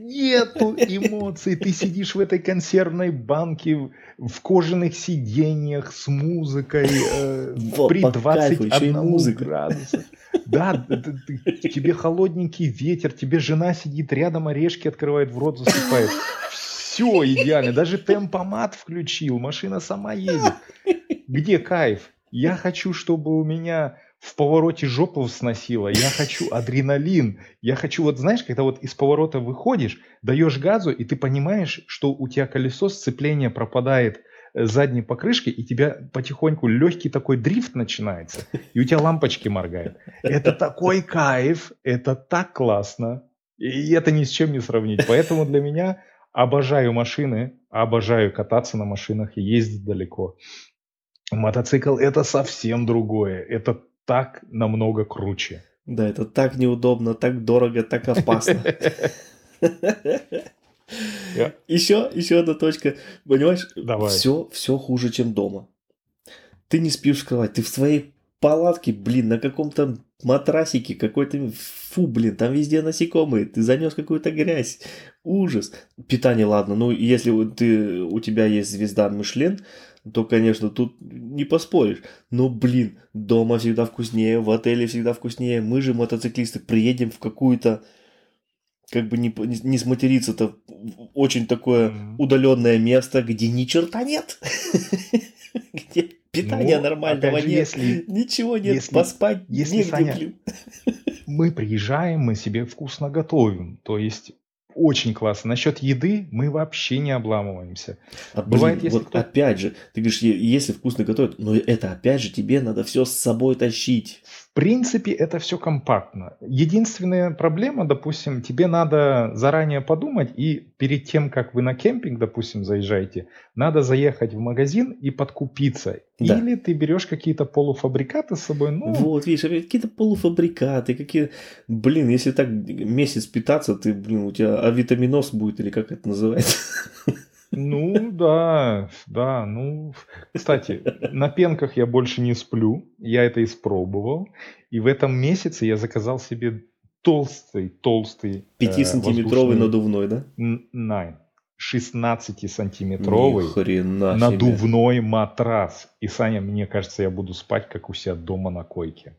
Нету эмоций. Ты сидишь в этой консервной банке, в кожаных сиденьях с музыкой э, Вот, при по кайфу, двадцать еще и одном музыка. градусе. Да, т- т- т- тебе холодненький ветер, тебе жена сидит рядом, орешки открывает, в рот засыпает. Все идеально. Даже темпомат включил, машина сама едет. Где кайф? Я хочу, чтобы у меня в повороте жопу сносило. Я хочу адреналин. Я хочу, вот знаешь, когда вот из поворота выходишь, даешь газу, и ты понимаешь, что у тебя колесо сцепления пропадает э, задней покрышки, и тебя потихоньку легкий такой дрифт начинается, и у тебя лампочки моргают. Это такой кайф, это так классно. И это ни с чем не сравнить. Поэтому для меня обожаю машины, обожаю кататься на машинах и ездить далеко. Мотоцикл это совсем другое. Это так намного круче. Да, это так неудобно, так дорого, так опасно. Я- Еще, еще одна точка. Понимаешь, Давай. все, все хуже, чем дома. Ты не спишь в кровать, ты в своей палатке, блин, на каком-то матрасике какой-то, фу, блин, там везде насекомые, ты занес какую-то грязь, ужас. Питание, ладно, ну если вот ты, у тебя есть звезда Мишлен, то, конечно, тут не поспоришь. Но, блин, дома всегда вкуснее, в отеле всегда вкуснее. Мы же, мотоциклисты, приедем в какую-то, как бы не, по- не, не сматериться-то, в очень такое Мгм. удаленное место, где ни черта нет. Где питания Ну, нормального опять же, нет. если, Ничего нет, если, поспать если, негде, Саня, блин. мы приезжаем, мы себе вкусно готовим. То есть очень классно. Насчет еды мы вообще не обламываемся. А, Бывает, блин, если вот кто-то... опять же, ты говоришь, е- если вкусно готовят, но это опять же тебе надо все с собой тащить. В принципе, это все компактно. Единственная проблема, допустим, тебе надо заранее подумать, и перед тем, как вы на кемпинг, допустим, заезжаете, надо заехать в магазин и подкупиться. Да. Или ты берешь какие-то полуфабрикаты с собой, ну, Вот, видишь, опять какие-то полуфабрикаты, какие... Блин, если так месяц питаться, ты, блин, у тебя авитаминоз будет, или как это называется? ну да, да, ну, кстати, на пенках я больше не сплю, я это испробовал, и в этом месяце я заказал себе толстый, толстый э, Пятисантиметровый воздушный надувной, да? Н- Nine, Ни шестнадцатисантиметровый хрена себе. надувной матрас. И, Саня, мне кажется, я буду спать, как у себя дома на койке.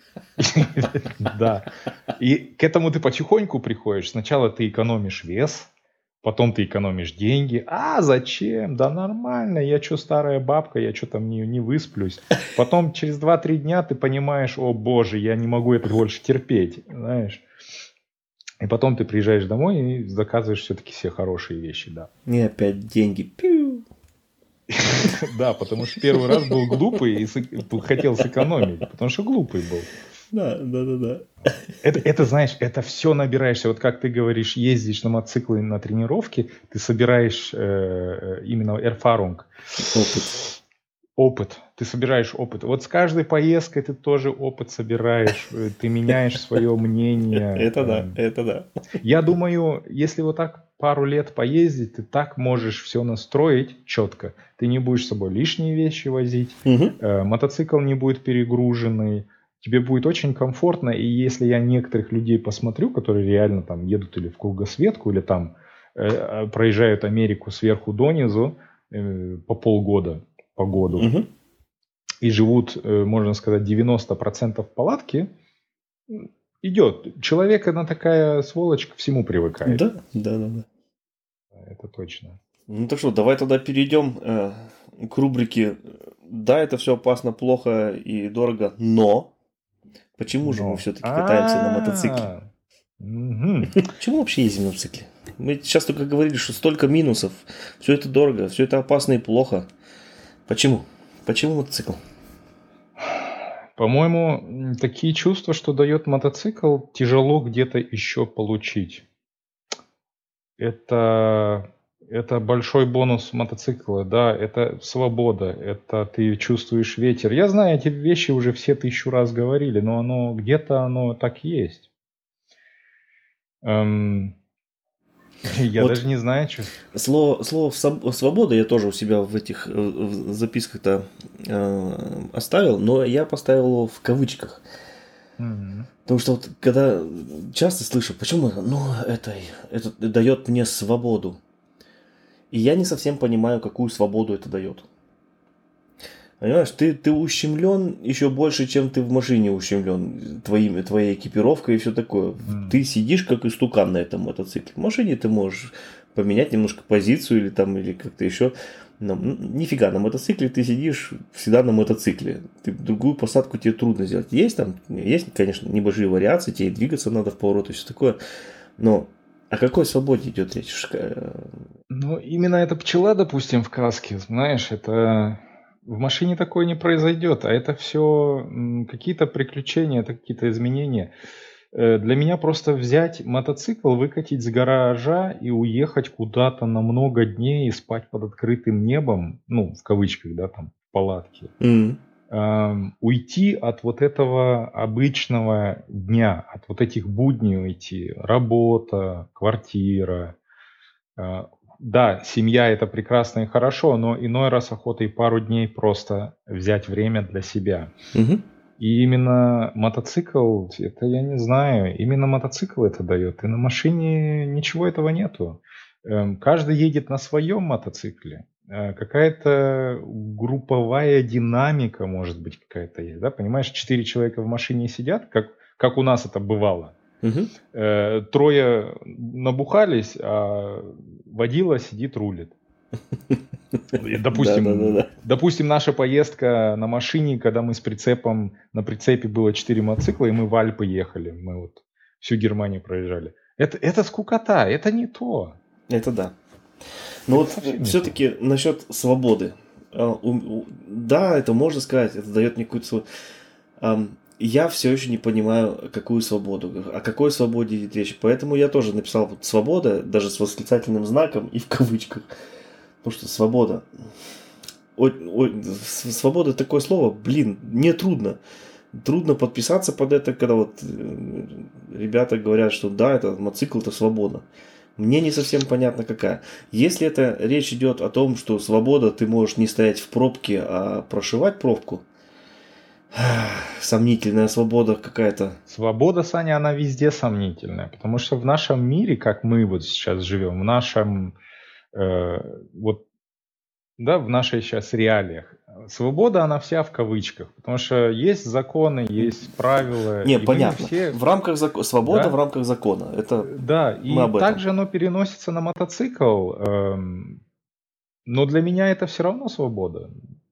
Да. И к этому ты потихоньку приходишь. Сначала ты экономишь вес, потом ты экономишь деньги. А зачем? Да нормально, я что, старая бабка, я что там не, не высплюсь. Потом через два-три дня ты понимаешь, о боже, я не могу это больше терпеть, знаешь. И потом ты приезжаешь домой и заказываешь все-таки все хорошие вещи, да. Не опять деньги. Пиу. Да, потому что первый раз был глупый и сэк- хотел сэкономить, потому что глупый был. Да, да, да, да. Это, это, знаешь, это все набираешься. Вот как ты говоришь, ездишь на мотоцикле на тренировки, ты собираешь э, э, именно Erfahrung, Опыт. опыт. Ты собираешь опыт. Вот с каждой поездкой ты тоже опыт собираешь, э, ты меняешь свое мнение. Это да, Эм, это да. Я думаю, если вот так пару лет поездить, ты так можешь все настроить четко. Ты не будешь с собой лишние вещи возить, Мгм. э, мотоцикл не будет перегруженный, тебе будет очень комфортно. И если я некоторых людей посмотрю, которые реально там едут или в кругосветку, или там э, э, проезжают Америку сверху донизу э, по полгода по году Мгм. и живут, э, можно сказать, девяносто процентов в палатке, м, идет. Человек, она такая сволочь, ко всему привыкает. Да, да, да, да. Это точно. Ну так что, давай тогда перейдем э, к рубрике. Да, это все опасно, плохо и дорого, но почему же мы Но. все-таки катаемся на мотоцикле? А, мгм. Почему мы вообще ездим на мотоцикле? Мы сейчас только говорили, что столько минусов, все это дорого, все это опасно и плохо. Почему? Почему мотоцикл? По-моему, м, такие чувства, что дает мотоцикл, тяжело где-то еще получить. Это, это большой бонус мотоцикла, да, это свобода, это ты чувствуешь ветер. Я знаю, эти вещи уже все тысячу раз говорили, но оно где-то оно так есть. Эм, Я Вот даже не знаю, что. слово, слово «своб- свобода» я тоже у себя в этих э, в записках-то э, оставил, но я поставил его в кавычках. Мгм. Потому что вот когда часто слышу, почему это, ну, это, это дает мне свободу. И я не совсем понимаю, какую свободу это дает. Понимаешь, ты, ты ущемлен еще больше, чем ты в машине ущемлен твоими, твоей экипировкой и все такое. М. Ты сидишь как истукан на этом мотоцикле. В машине ты можешь поменять немножко позицию или там, или как-то еще. Но, м, нифига, на мотоцикле ты сидишь всегда на мотоцикле. Ты другую посадку тебе трудно сделать. Есть там, есть, конечно, небольшие вариации, тебе и двигаться надо в поворот и все такое. Но о какой свободе идет речь? Шка- Ну, именно эта пчела, допустим, в каске, знаешь, это в машине такое не произойдет, а это все какие-то приключения, это какие-то изменения. Э, Для меня просто взять мотоцикл, выкатить с гаража и уехать куда-то на много дней и спать под открытым небом, ну, в кавычках, да, там, в палатке. М. Ам, уйти от вот этого обычного дня, от вот этих будней уйти. Работа, квартира. А, Да, семья это прекрасно и хорошо, но иной раз охота и пару дней просто взять время для себя. Мгм. И именно мотоцикл, это я не знаю, именно мотоцикл это дает. И на машине ничего этого нету. Эм, Каждый едет на своем мотоцикле. Э, Какая-то групповая динамика, может быть, какая-то есть. Да? Понимаешь, четыре человека в машине сидят, как, как у нас это бывало. Мгм. Э, Трое набухались, а водила сидит, рулит. И, Да, да, да, Допустим, да. допустим, наша поездка на машине, когда мы с прицепом, на прицепе было четыре мотоцикла, и мы в Альпы ехали, мы вот всю Германию проезжали. Это, это скукота, это не то. Это да. Но Это вот совсем не то. все-таки насчет свободы. А, у- у- Да, это можно сказать, это дает мне какую-то свободу. Ам, Я все еще не понимаю, какую свободу, о какой свободе идет речь. Поэтому я тоже написал вот свобода, даже с восклицательным знаком и в кавычках. Потому что свобода. Ой, ой, с- свобода такое слово, блин, мне трудно. Трудно подписаться под это, когда вот э, ребята говорят, что да, это мотоцикл, это свобода. Мне не совсем понятно какая. Если это речь идет о том, что свобода, ты можешь не стоять в пробке, а прошивать пробку, сомнительная свобода какая-то. Свобода, Саня, она везде сомнительная, потому что в нашем мире, как мы вот сейчас живем, в нашем, э, вот, да, в нашей сейчас реалиях, свобода, она вся в кавычках, потому что есть законы, есть правила, Не, и мы понятно. все, В рамках закона. Свобода в да, рамках закона. Это да, мы и об этом. также оно переносится на мотоцикл, эм, но для меня это все равно свобода.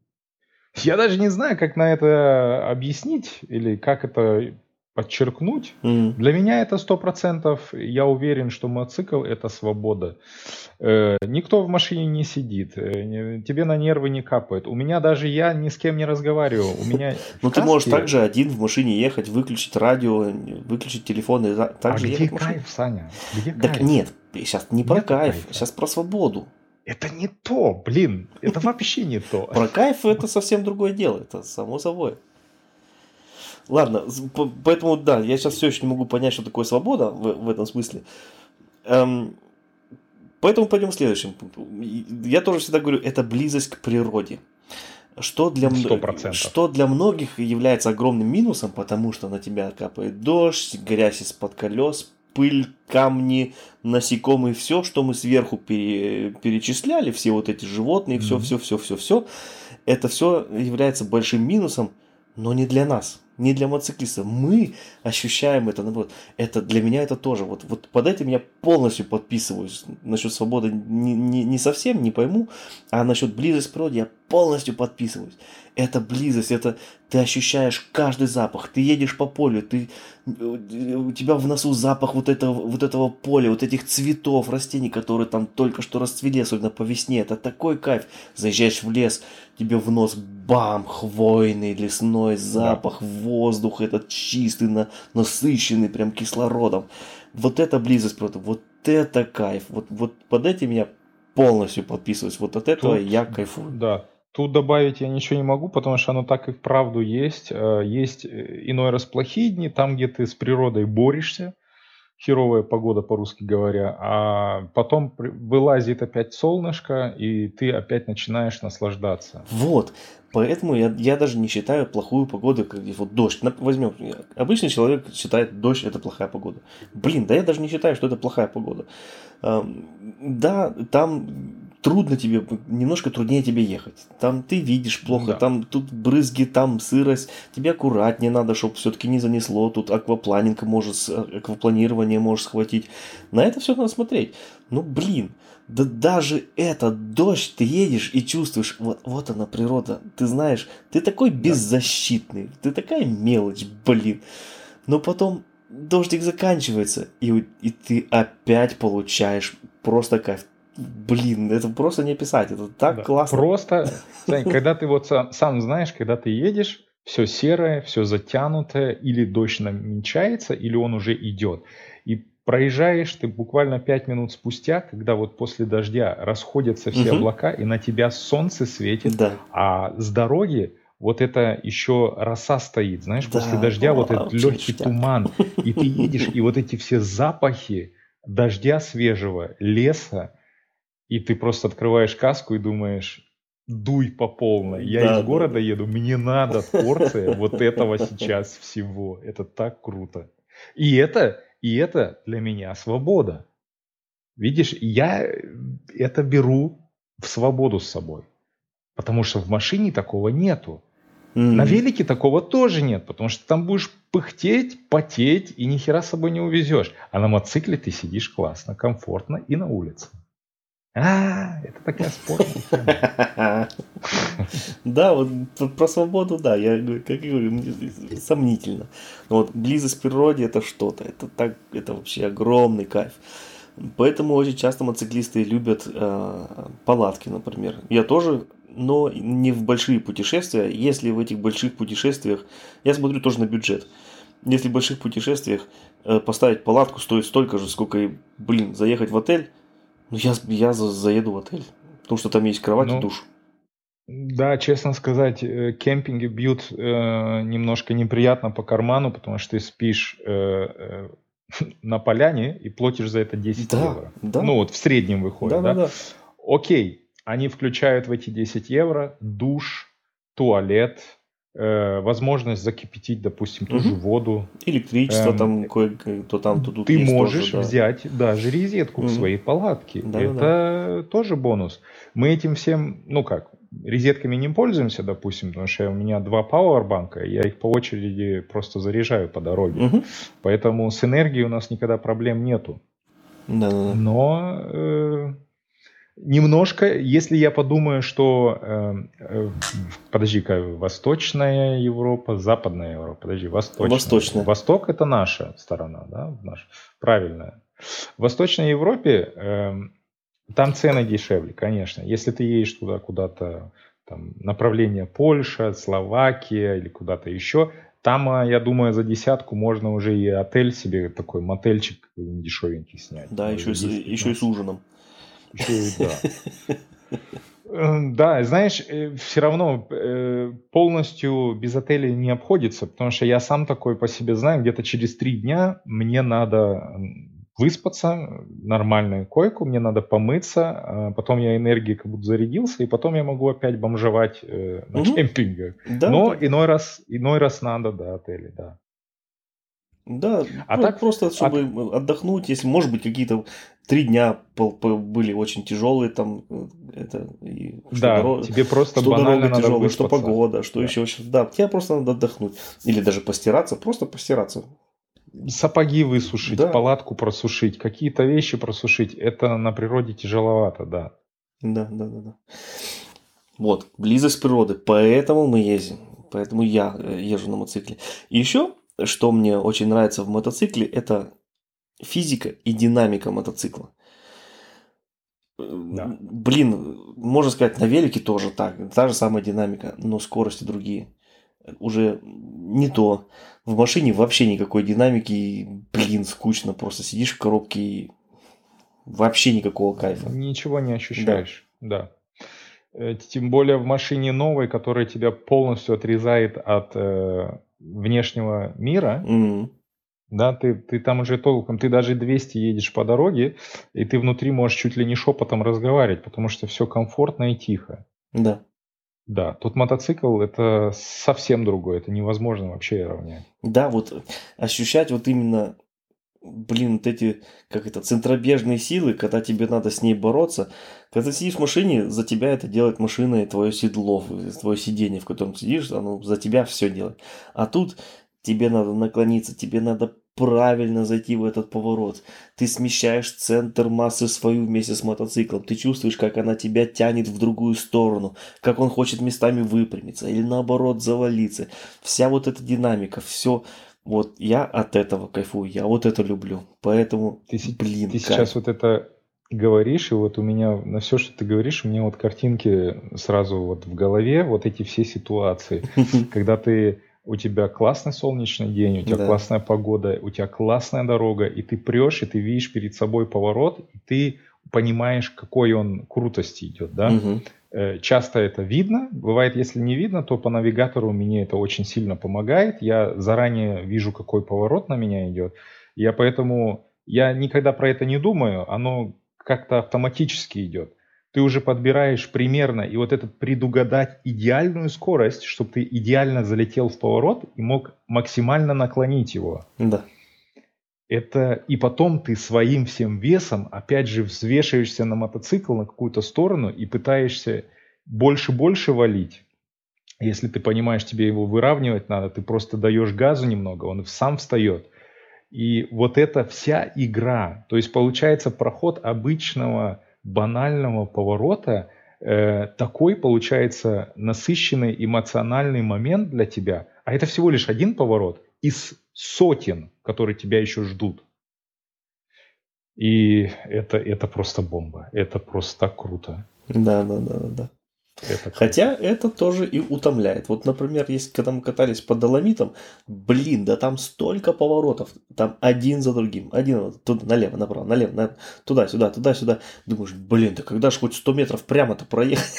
Я даже не знаю, как на это объяснить или как это подчеркнуть. М. Для меня это сто процентов, я уверен, что мотоцикл – это свобода. Э, Никто в машине не сидит, э, не- тебе на нервы не капает. У меня даже я ни с кем не разговариваю. У меня в Ну, ты можешь каске… также один в машине ехать, выключить радио, выключить телефон и за- А также где ехать в машине. кайф, Саня? Где Так кайф? нет, сейчас не про Нету кайф, кайфа. сейчас про свободу. Это не то, блин. Это вообще не то. Про кайф это совсем другое дело, это само собой. Ладно, с- по- поэтому да, я сейчас все еще не могу понять, что такое свобода в, в этом смысле. Эм, Поэтому пойдем к следующему пункту. И Я тоже всегда говорю, это близость к природе. Что для, м- Сто процентов. что для многих является огромным минусом, потому что на тебя капает дождь, грязь из-под колес, пыль, камни, насекомые, все, что мы сверху пере- перечисляли, все вот эти животные, все, Мгм. все, все, все, все, это все является большим минусом, но не для нас, не для мотоциклистов. Мы ощущаем это, наоборот. Это для меня это тоже. Вот, вот под этим я полностью подписываюсь. Насчет свободы не, не, не совсем, не пойму, а насчет близости к природе я полностью подписываюсь. Это близость, это ты ощущаешь каждый запах. Ты едешь по полю, ты, у тебя в носу запах вот этого, вот этого поля, вот этих цветов, растений, которые там только что расцвели, особенно по весне. Это такой кайф. Заезжаешь в лес, тебе в нос бам, хвойный, лесной запах, воздух этот чистый, на, насыщенный прям кислородом. Вот это близость просто, вот это кайф. Вот, вот под этим я полностью подписываюсь. Вот от этого Тут, я кайфую. да, тут добавить я ничего не могу, потому что оно так и вправду есть. Э, Есть э, иной раз плохие дни, там, где ты с природой борешься, херовая погода, по-русски говоря, а потом при- вылазит опять солнышко, и ты опять начинаешь наслаждаться. Вот. Поэтому я, я даже не считаю плохую погоду, как вот дождь. Нап- Возьмем, обычный человек считает дождь это плохая погода. Блин, да я даже не считаю, что это плохая погода. Ам, Да, там трудно тебе, немножко труднее тебе ехать. Там ты видишь плохо, Да. там тут брызги, там сырость. Тебе аккуратнее надо, чтобы все-таки не занесло. Тут аквапланинг может, с- аквапланирование может схватить. На это все надо смотреть. Ну, блин, да даже этот дождь, ты едешь и чувствуешь, вот, вот она природа. Ты знаешь, ты такой Да. беззащитный, ты такая мелочь, блин. Но потом дождик заканчивается, и, у- и ты опять получаешь просто кайф. Блин, это просто не описать, это так Да. классно. Просто, Сань, когда ты вот сам, сам знаешь, когда ты едешь, все серое, все затянутое, или дождь намечается, или он уже идет. И проезжаешь ты буквально пять минут спустя, когда вот после дождя расходятся все Мгм. облака, и на тебя солнце светит, Да, а с дороги вот это еще роса стоит, знаешь, после да, дождя вот этот вообще легкий ништяк. туман, и ты едешь, и вот эти все запахи дождя свежего, леса, и ты просто открываешь каску и думаешь, дуй по полной. Я Да, из да, города да. еду, мне надо порция вот этого сейчас всего. Это так круто. И это, и это для меня свобода. Видишь, я э, это беру в свободу с собой. Потому что в машине такого нету. На М. велике такого тоже нет, потому что там будешь пыхтеть, потеть и ни хера с собой не увезешь. А на мотоцикле ты сидишь классно, комфортно и на улице. А, это такая спорная тема. Да, вот п- про свободу, да, я говорю, как я говорю, мне сомнительно. Но вот близость к природе это что-то, это так, это вообще огромный кайф. Поэтому очень часто мотоциклисты любят э, палатки, например. Я тоже, но не в большие путешествия. Если в этих больших путешествиях, я смотрю тоже на бюджет. Если в больших путешествиях э, поставить палатку стоит столько же, сколько и, блин, заехать в отель, ну я, я за- заеду в отель. Потому что там есть кровать и Ну, душ. да, честно сказать, э, кемпинги бьют э, немножко неприятно по карману, потому что ты спишь э, э, на поляне и платишь за это десять Да, евро. да, Ну вот в среднем выходит, да, да, да? да. Окей, они включают в эти десять евро душ, туалет, э, возможность закипятить, допустим, ту же Мгм. воду. Электричество Эм, там кое-то там, то тут Ты есть тоже, можешь да. взять даже резетку к Мгм. своей палатке. Да, да, да. Это тоже бонус. Мы этим всем, ну как, резетками не пользуемся, допустим, потому что у меня два пауэрбанка, я их по очереди просто заряжаю по дороге. Мгм. Поэтому с энергией у нас никогда проблем нету. Да, да, да. Но э, немножко, если я подумаю, что, э, э, подожди-ка, Восточная Европа, Западная Европа, подожди, Восточная. Восточная. Восток это наша сторона, да, наша, правильная. В Восточной Европе эм, там цены дешевле, конечно. Если ты едешь туда куда-то, там, направление Польша, Словакия или куда-то еще, там, а, я думаю, за десятку можно уже и отель себе, такой мотельчик дешевенький снять. Да, Может, еще за и, с, еще и с десять-пятнадцать. ужином. Еще и да. Э, Да, знаешь, все равно э, полностью без отеля не обходится, потому что я сам такой по себе знаю, где-то через три дня мне надо м, выспаться, нормальную койку, мне надо помыться, а потом я энергией как будто зарядился, и потом я могу опять бомжевать э, на Мгм. кемпингах. Да, Но да. иной раз, иной раз надо, да, отели, да. Да, А про- так, просто а чтобы отдохнуть, если, может быть, какие-то три дня пол- по- были очень тяжелые, там, э, это, и что, да, дорога, тебе просто что банально дорога надо тяжелая, что выспаться. погода, что Да. еще, да, тебе просто надо отдохнуть. Или даже постираться, просто постираться. Сапоги высушить, Да, палатку просушить, какие-то вещи просушить, это на природе тяжеловато, да. да, да, да, да. Вот, близость природы, поэтому мы ездим, поэтому я э, езжу на мотоцикле. И еще, что мне очень нравится в мотоцикле, это физика и динамика мотоцикла. Да. Блин, можно сказать, на велике тоже так, та же самая динамика, но скорости другие. Уже не то. В машине вообще никакой динамики, и, блин, скучно, просто сидишь в коробке и вообще никакого кайфа. Ничего не Да. ощущаешь, да. Э, Тем более в машине новой, которая тебя полностью отрезает от э, внешнего мира, Мгм. Да, ты, ты там уже толком, ты даже двести едешь по дороге, и ты внутри можешь чуть ли не шепотом разговаривать, потому что все комфортно и тихо. Да. Да, тут мотоцикл это совсем другое, это невозможно вообще равнять. Да, вот ощущать вот именно, блин, вот эти, как это, центробежные силы, когда тебе надо с ней бороться. Когда ты сидишь в машине, за тебя это делает машина и твое седло, твое сиденье, в котором ты сидишь, оно за тебя все делает. А тут тебе надо наклониться, тебе надо правильно зайти в этот поворот. Ты смещаешь центр массы свою вместе с мотоциклом. Ты чувствуешь, как она тебя тянет в другую сторону, как он хочет местами выпрямиться или наоборот завалиться. Вся вот эта динамика, все. Вот я от этого кайфую, я вот это люблю. Поэтому, Ты, се- блин, ты кайф. сейчас вот это говоришь, и вот у меня на все, что ты говоришь, у меня вот картинки сразу вот в голове, вот эти все ситуации, когда ты у тебя классный солнечный день, у тебя Да. классная погода, у тебя классная дорога, и ты прешь, и ты видишь перед собой поворот, и ты понимаешь, какой он крутости идет, да? Мгм. Э, Часто это видно. Бывает, если не видно, то по навигатору мне это очень сильно помогает. Я заранее вижу, какой поворот на меня идет. Я поэтому, я никогда про это не думаю, оно как-то автоматически идет. Ты уже подбираешь примерно, и вот это предугадать идеальную скорость, чтобы ты идеально залетел в поворот и мог максимально наклонить его. Да. Это и потом ты своим всем весом опять же взвешиваешься на мотоцикл на какую-то сторону и пытаешься больше-больше валить. Если ты понимаешь, тебе его выравнивать надо, ты просто даешь газу немного, он сам встает. И вот эта вся игра, то есть получается проход обычного банального поворота, э, такой получается насыщенный эмоциональный момент для тебя. А это всего лишь один поворот из сотен, которые тебя еще ждут. И это, это просто бомба. Это просто так круто. Да, да, да, да, да. Это круто. Хотя это тоже и утомляет. Вот, например, если когда мы катались по Доломитам, блин, да там столько поворотов, там один за другим, один туда, налево, направо, налево, налево, туда, сюда, туда, сюда. Думаешь, блин, да когда ж хоть сто метров прямо-то проехать?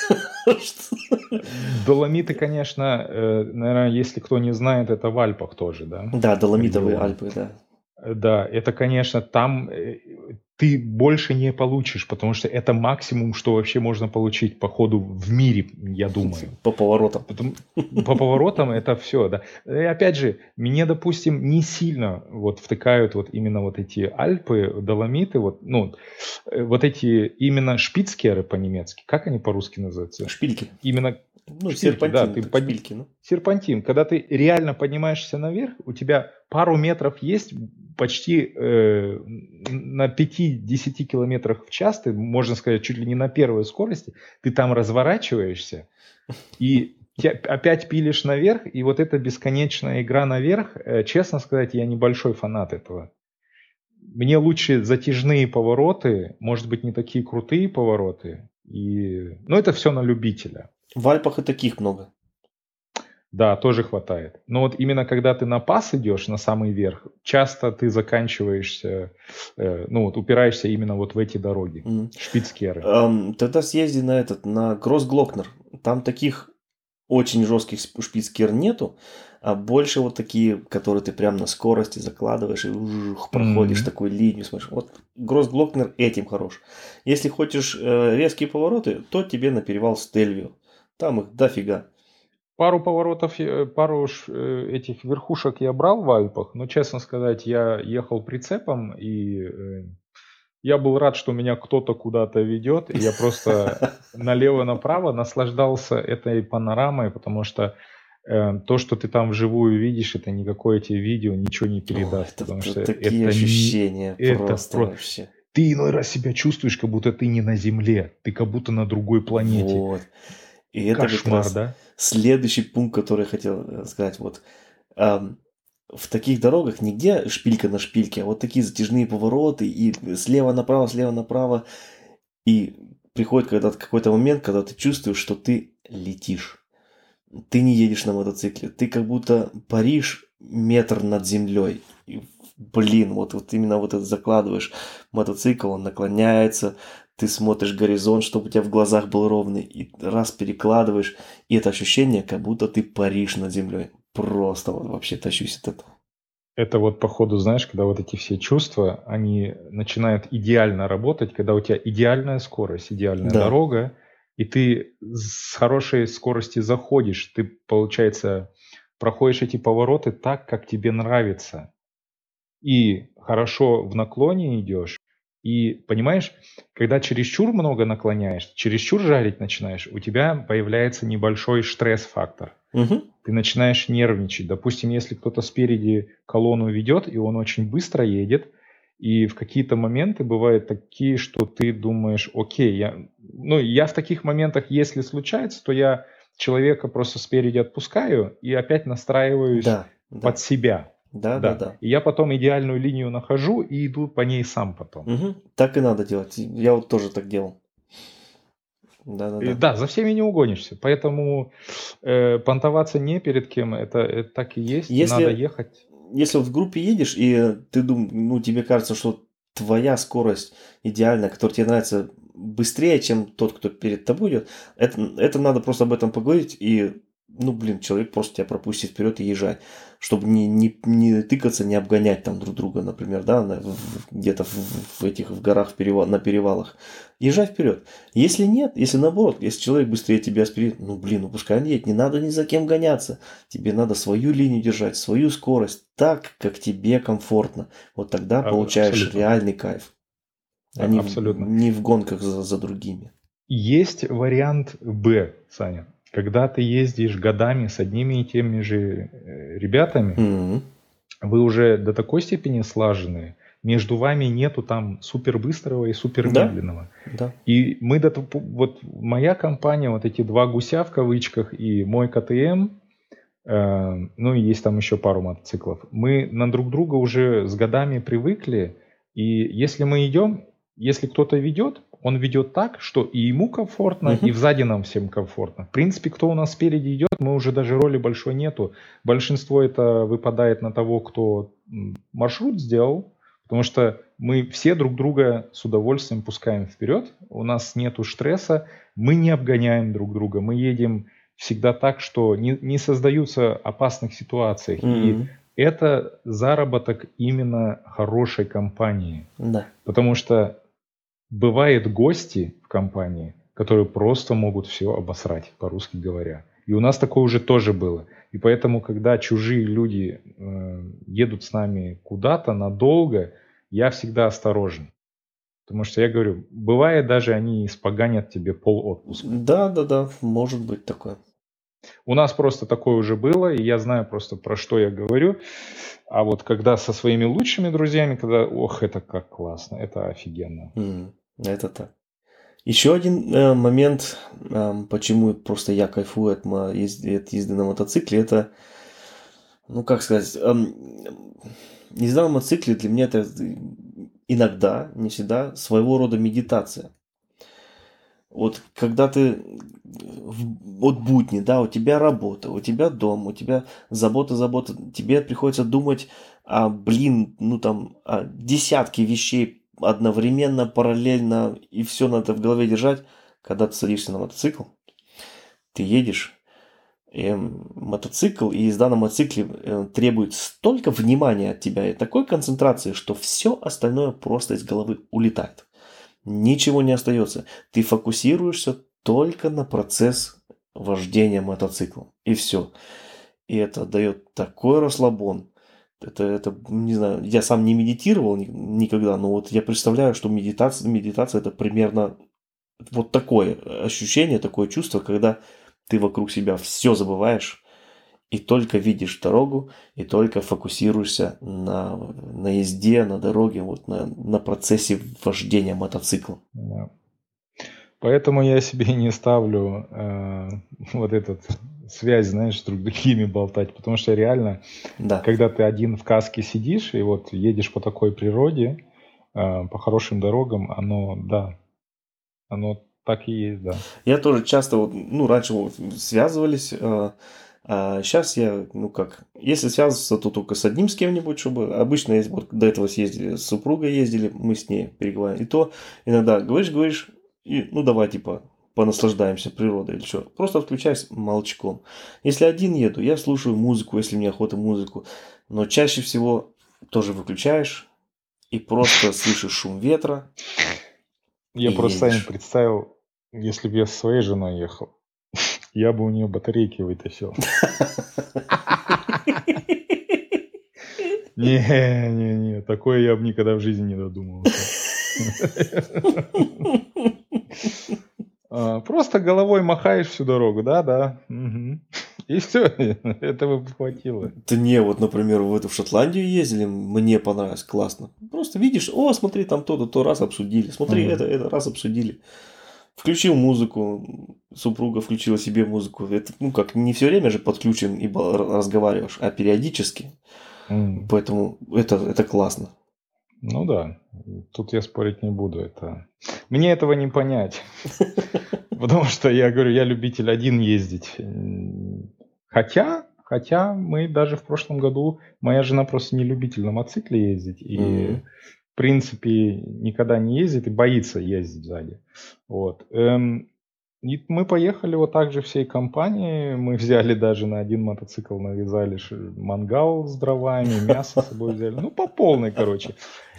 Доломиты, конечно, э, наверное, если кто не знает, это в Альпах тоже, да? Да, Доломитовые Регион. Альпы, да. Э, Да, это, конечно, там э, ты больше не получишь, потому что это максимум, что вообще можно получить по ходу в мире, я думаю. По поворотам. Потом- по поворотам это все, да. И опять же, мне, допустим, не сильно вот втыкают вот именно вот эти Альпы, Доломиты, вот, ну, э, вот эти именно шпицкеры по-немецки, как они по-русски называются? Шпильки. Именно Ну, шпильки, серпантин, да, ты так, под- шпильки, ну. серпантин, когда ты реально поднимаешься наверх, у тебя пару метров есть, почти э, на пяти-десяти километрах в час, ты, можно сказать, чуть ли не на первой скорости, ты там разворачиваешься, и те- опять пилишь наверх, и вот эта бесконечная игра наверх, э, честно сказать, я небольшой фанат этого. Мне лучше затяжные повороты, может быть, не такие крутые повороты, и... но это все на любителя. В Альпах и таких много. Да, тоже хватает. Но вот именно когда ты на пас идешь, на самый верх, часто ты заканчиваешься, э, ну вот упираешься именно вот в эти дороги, Мгм. шпицкеры. Ам, тогда съезди на этот, на Гроссглокнер. Там таких очень жестких сп- шпицкер нету, а больше вот такие, которые ты прям на скорости закладываешь и уж, проходишь Мгм. такую линию, смотришь. Вот Гроссглокнер этим хорош. Если хочешь э, резкие повороты, то тебе на перевал Стельвио. Там их дофига. Пару поворотов, э, пару ш- э, этих верхушек я брал в Альпах, но, честно сказать, я ехал прицепом, и э, я был рад, что меня кто-то куда-то ведет, и я просто налево-направо наслаждался этой панорамой, потому что э, то, что ты там вживую видишь, это никакое тебе видео ничего не Ой, передаст, это потому т- что такие это не... ощущения Это просто про... вообще. Ты иной раз себя чувствуешь, как будто ты не на Земле, ты как будто на другой планете. Вот. И это как Кошмар, раз да? следующий пункт, который я хотел э, сказать. Вот ам, в таких дорогах нигде шпилька на шпильке, а вот такие затяжные повороты и слева направо, слева направо. И приходит когда-то какой-то момент, когда ты чувствуешь, что ты летишь. Ты не едешь на мотоцикле. Ты как будто паришь метр над землей. И, блин, вот, вот именно вот это закладываешь мотоцикл, он наклоняется, ты смотришь горизонт, чтобы у тебя в глазах был ровный, и раз перекладываешь, и это ощущение, как будто ты паришь над землей. Просто вот вообще тащусь от этого. Это вот, походу, знаешь, когда вот эти все чувства, они начинают идеально работать, когда у тебя идеальная скорость, идеальная Да. дорога, и ты с хорошей скорости заходишь, ты, получается, проходишь эти повороты так, как тебе нравится, и хорошо в наклоне идешь, и, понимаешь, когда чересчур много наклоняешь, чересчур жарить начинаешь, у тебя появляется небольшой стресс-фактор. Угу. Ты начинаешь нервничать. Допустим, если кто-то спереди колонну ведет, и он очень быстро едет, и в какие-то моменты бывают такие, что ты думаешь, окей, я... ну, я в таких моментах, если случается, то я человека просто спереди отпускаю и опять настраиваюсь Да, да. под себя. Да, да, да. И я потом идеальную линию нахожу и иду по ней сам потом. Угу. Так и надо делать. Я вот тоже так делал. Да, да, И да. да, за всеми не угонишься. Поэтому э, понтоваться не перед кем, это, это так и есть. Если, Надо ехать. если вот в группе едешь, и ты думаешь, ну, тебе кажется, что твоя скорость идеальная, которая тебе нравится быстрее, чем тот, кто перед тобой идет, это, это надо просто об этом поговорить, и, ну, блин, человек просто тебя пропустит вперед и езжать, чтобы не, не, не тыкаться, не обгонять там друг друга, например, да, на, в, где-то в, в этих в горах, в перевал, на перевалах. Езжай вперед. Если нет, если наоборот, если человек быстрее тебя спереди, ну, блин, ну, пускай он едет, не надо ни за кем гоняться. Тебе надо свою линию держать, свою скорость, так, как тебе комфортно. Вот тогда А, получаешь абсолютно. реальный кайф. А, А не, абсолютно. В, не в гонках за, за другими. Есть вариант Б, Саня. Когда ты ездишь годами с одними и теми же э, ребятами, Mm-hmm. вы уже до такой степени слажены, между вами нету там супер быстрого и супер Да, медленного. да. И мы до того- вот моя компания, вот эти два гуся в кавычках и мой ка тэ эм, э, ну и есть там еще пару мотоциклов. Мы на друг друга уже с годами привыкли, и если мы идем, если кто-то ведет, он ведет так, что и ему комфортно, Мгм. и сзади нам всем комфортно. В принципе, кто у нас спереди идет, мы уже даже роли большой нету. Большинство это выпадает на того, кто м, маршрут сделал, потому что мы все друг друга с удовольствием пускаем вперед, у нас нету стресса, мы не обгоняем друг друга, мы едем всегда так, что не, не создаются опасных ситуаций. И Мгм. это заработок именно хорошей компании. Да. Потому что бывают гости в компании, которые просто могут все обосрать, по-русски говоря. И у нас такое уже тоже было. И поэтому, когда чужие люди э, едут с нами куда-то надолго, я всегда осторожен. Потому что я говорю, бывает даже они испоганят тебе пол отпуска. Да, да, да, может быть такое. У нас просто такое уже было, и я знаю просто, про что я говорю. А вот когда со своими лучшими друзьями, когда, ох, это как классно, это офигенно. М, Это так. Еще один э, момент, эм, почему просто я кайфую от, мо- езд- от езды на мотоцикле, это, ну как сказать, эм, езда на мотоцикле для меня это иногда, не всегда, своего рода медитация. Вот когда ты в- вот будни, да, у тебя работа, у тебя дом, у тебя забота, забота, тебе приходится думать о, блин, ну там, о десятке вещей одновременно, параллельно, и все надо в голове держать. Когда ты садишься на мотоцикл, ты едешь, эм, мотоцикл и езда на мотоцикле э, требует столько внимания от тебя и такой концентрации, что все остальное просто из головы улетает. Ничего не остается. Ты фокусируешься только на процесс вождения мотоциклом. И все. И это дает такой расслабон. Это, это, не знаю, я сам не медитировал ни- никогда, но вот я представляю, что медитация, медитация это примерно вот такое ощущение, такое чувство, когда ты вокруг себя все забываешь и только видишь дорогу, и только фокусируешься на, на езде, на дороге, вот на, на процессе вождения мотоцикла. Да. Поэтому я себе не ставлю э, вот этот связь, знаешь, с друг другими болтать, потому что реально, Да. когда ты один в каске сидишь и вот едешь по такой природе, э, по хорошим дорогам, оно, да, оно так и есть, да. Я тоже часто, вот, ну, раньше вот связывались, а, а сейчас я, ну как, если связываться, то только с одним с кем-нибудь, чтобы обычно, если вот до этого съездили, с супругой ездили, мы с ней переговорим. И то иногда говоришь, говоришь, и ну давай типа понаслаждаемся природой или что. Просто включаюсь молчком. Если один еду, я слушаю музыку, если мне охота музыку. Но чаще всего тоже выключаешь и просто слышишь шум ветра. Я И просто Саня едешь. представил, если бы я со своей женой ехал, я бы у нее батарейки вытащил. Не-не-не, такое я бы никогда в жизни не додумался. А, Просто головой махаешь всю дорогу, да-да. мгм. И все, этого бы хватило. Да не, вот, например, в эту в Шотландию ездили, мне понравилось, классно. Просто видишь, о, смотри, там то-то, то раз обсудили, смотри, Мгм. это, это раз обсудили. Включил музыку, супруга включила себе музыку. Это, ну, как, не все время же подключен и ба- разговариваешь, а периодически. М. Поэтому это, это классно. Ну да, тут я спорить не буду. Это мне этого не понять, потому что я говорю, я любитель один ездить. М, Хотя, хотя мы даже в прошлом году, моя жена просто не любитель на мотоцикле ездить и Мгм. в принципе никогда не ездит и боится ездить сзади. Вот. Эм, И мы поехали вот так же всей компанией. Мы взяли даже на один мотоцикл, навязали ш- мангал с дровами, мясо с собой взяли. Ну, по полной, короче.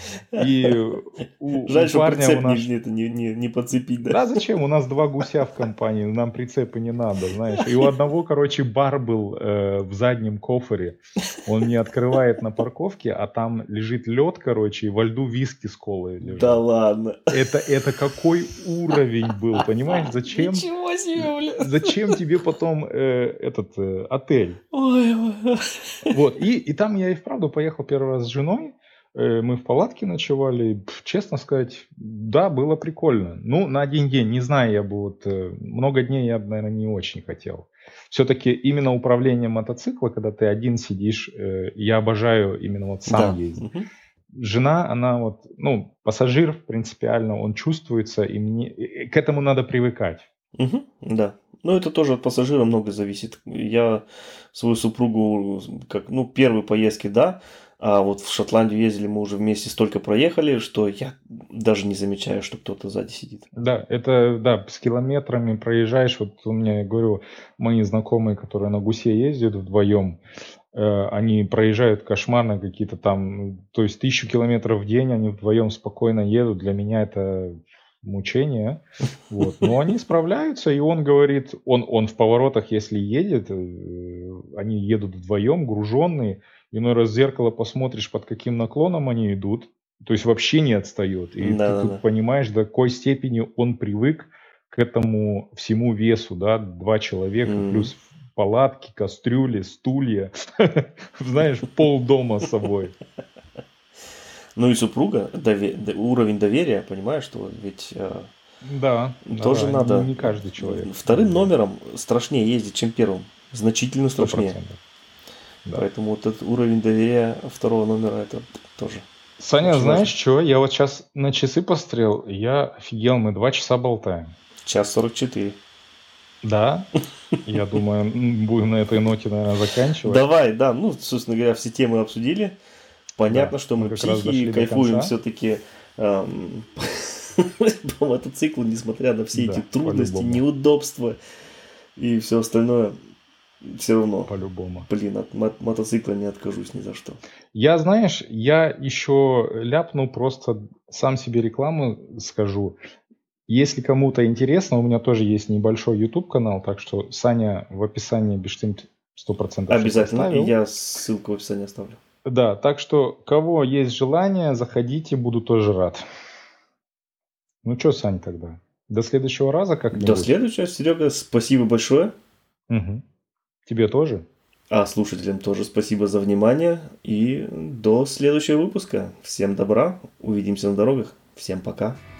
И у, у Жаль, что парня у прицеп не, нас... не, это не, не, не подцепить, да? Да зачем? У нас два гуся в компании, нам прицепы не надо, знаешь. И у одного, короче, бар был э, в заднем кофре. Он не открывает на парковке, а там лежит лед, короче, и во льду виски с колой Да лежат. ладно. Это, это какой уровень был, понимаешь? Зачем, Ничего себе, бля. зачем тебе потом э, этот э, отель? Ой, ой. Вот, и, и там я и вправду поехал первый раз с женой. Э, Мы в палатке ночевали. Пф, Честно сказать, да, было прикольно. Ну, на один день, не знаю, я бы вот... э, Много дней я бы, наверное, не очень хотел. Все-таки именно управление мотоцикла, когда ты один сидишь, э, я обожаю именно вот сам Да. ездить. Мгм. Жена, она вот, ну, пассажир принципиально, он чувствуется, и мне и к этому надо привыкать. Мгм. Да. Ну, это тоже от пассажира много зависит. Я свою супругу, как, ну, первые поездки, да, а вот в Шотландию ездили, мы уже вместе столько проехали, что я даже не замечаю, что кто-то сзади сидит. Да, это, да, с километрами проезжаешь. Вот у меня, я говорю, мои знакомые, которые на гусе ездят вдвоем, э, они проезжают кошмарно какие-то там, то есть тысячу километров в день, они вдвоем спокойно едут. Для меня это мучение. Вот. Но они справляются, и он говорит, он, он в поворотах, если едет, э, они едут вдвоем, груженные, иной раз в зеркало посмотришь, под каким наклоном они идут, то есть вообще не отстает. И ты тут Да-да-да. понимаешь, до какой степени он привык к этому всему весу, да, два человека, Мгм. плюс палатки, кастрюли, стулья, знаешь, полдома с собой. Ну и супруга, дове- д- уровень доверия, понимаешь, что ведь э, Да, да, тоже да, не, надо не каждый человек вторым доверяет. номером страшнее ездить, чем первым. Значительно Сто страшнее. процентов, да. Поэтому вот этот уровень доверия второго номера это тоже Саня, очень знаешь важно. что? Я вот сейчас на часы посмотрел, и я офигел, мы два часа болтаем. Час сорок четыре. Да? Я думаю, м, будем на этой ноте, наверное, заканчивать. Давай, да, ну, собственно говоря, все темы обсудили. Понятно, Да, что мы мы как раз психи, дошли до кайфуем конца. все-таки по мотоциклу, несмотря на все эти Да, трудности, по-любому. неудобства и все остальное. Все равно, По-любому. блин, от мо- мотоцикла не откажусь ни за что. Я, знаешь, я еще ляпну, просто сам себе рекламу скажу. Если кому-то интересно, у меня тоже есть небольшой YouTube-канал, так что Саня в описании Бештимт сто процентов сейчас Обязательно, и оставил. я ссылку в описании оставлю. Да, так что, кого есть желание, заходите, буду тоже рад. Ну что, Сань, тогда? До следующего раза До как-нибудь. следующего, Серега, спасибо большое. Мгм. Тебе тоже? А слушателям тоже спасибо за внимание. И до следующего выпуска. Всем добра. Увидимся на дорогах. Всем пока.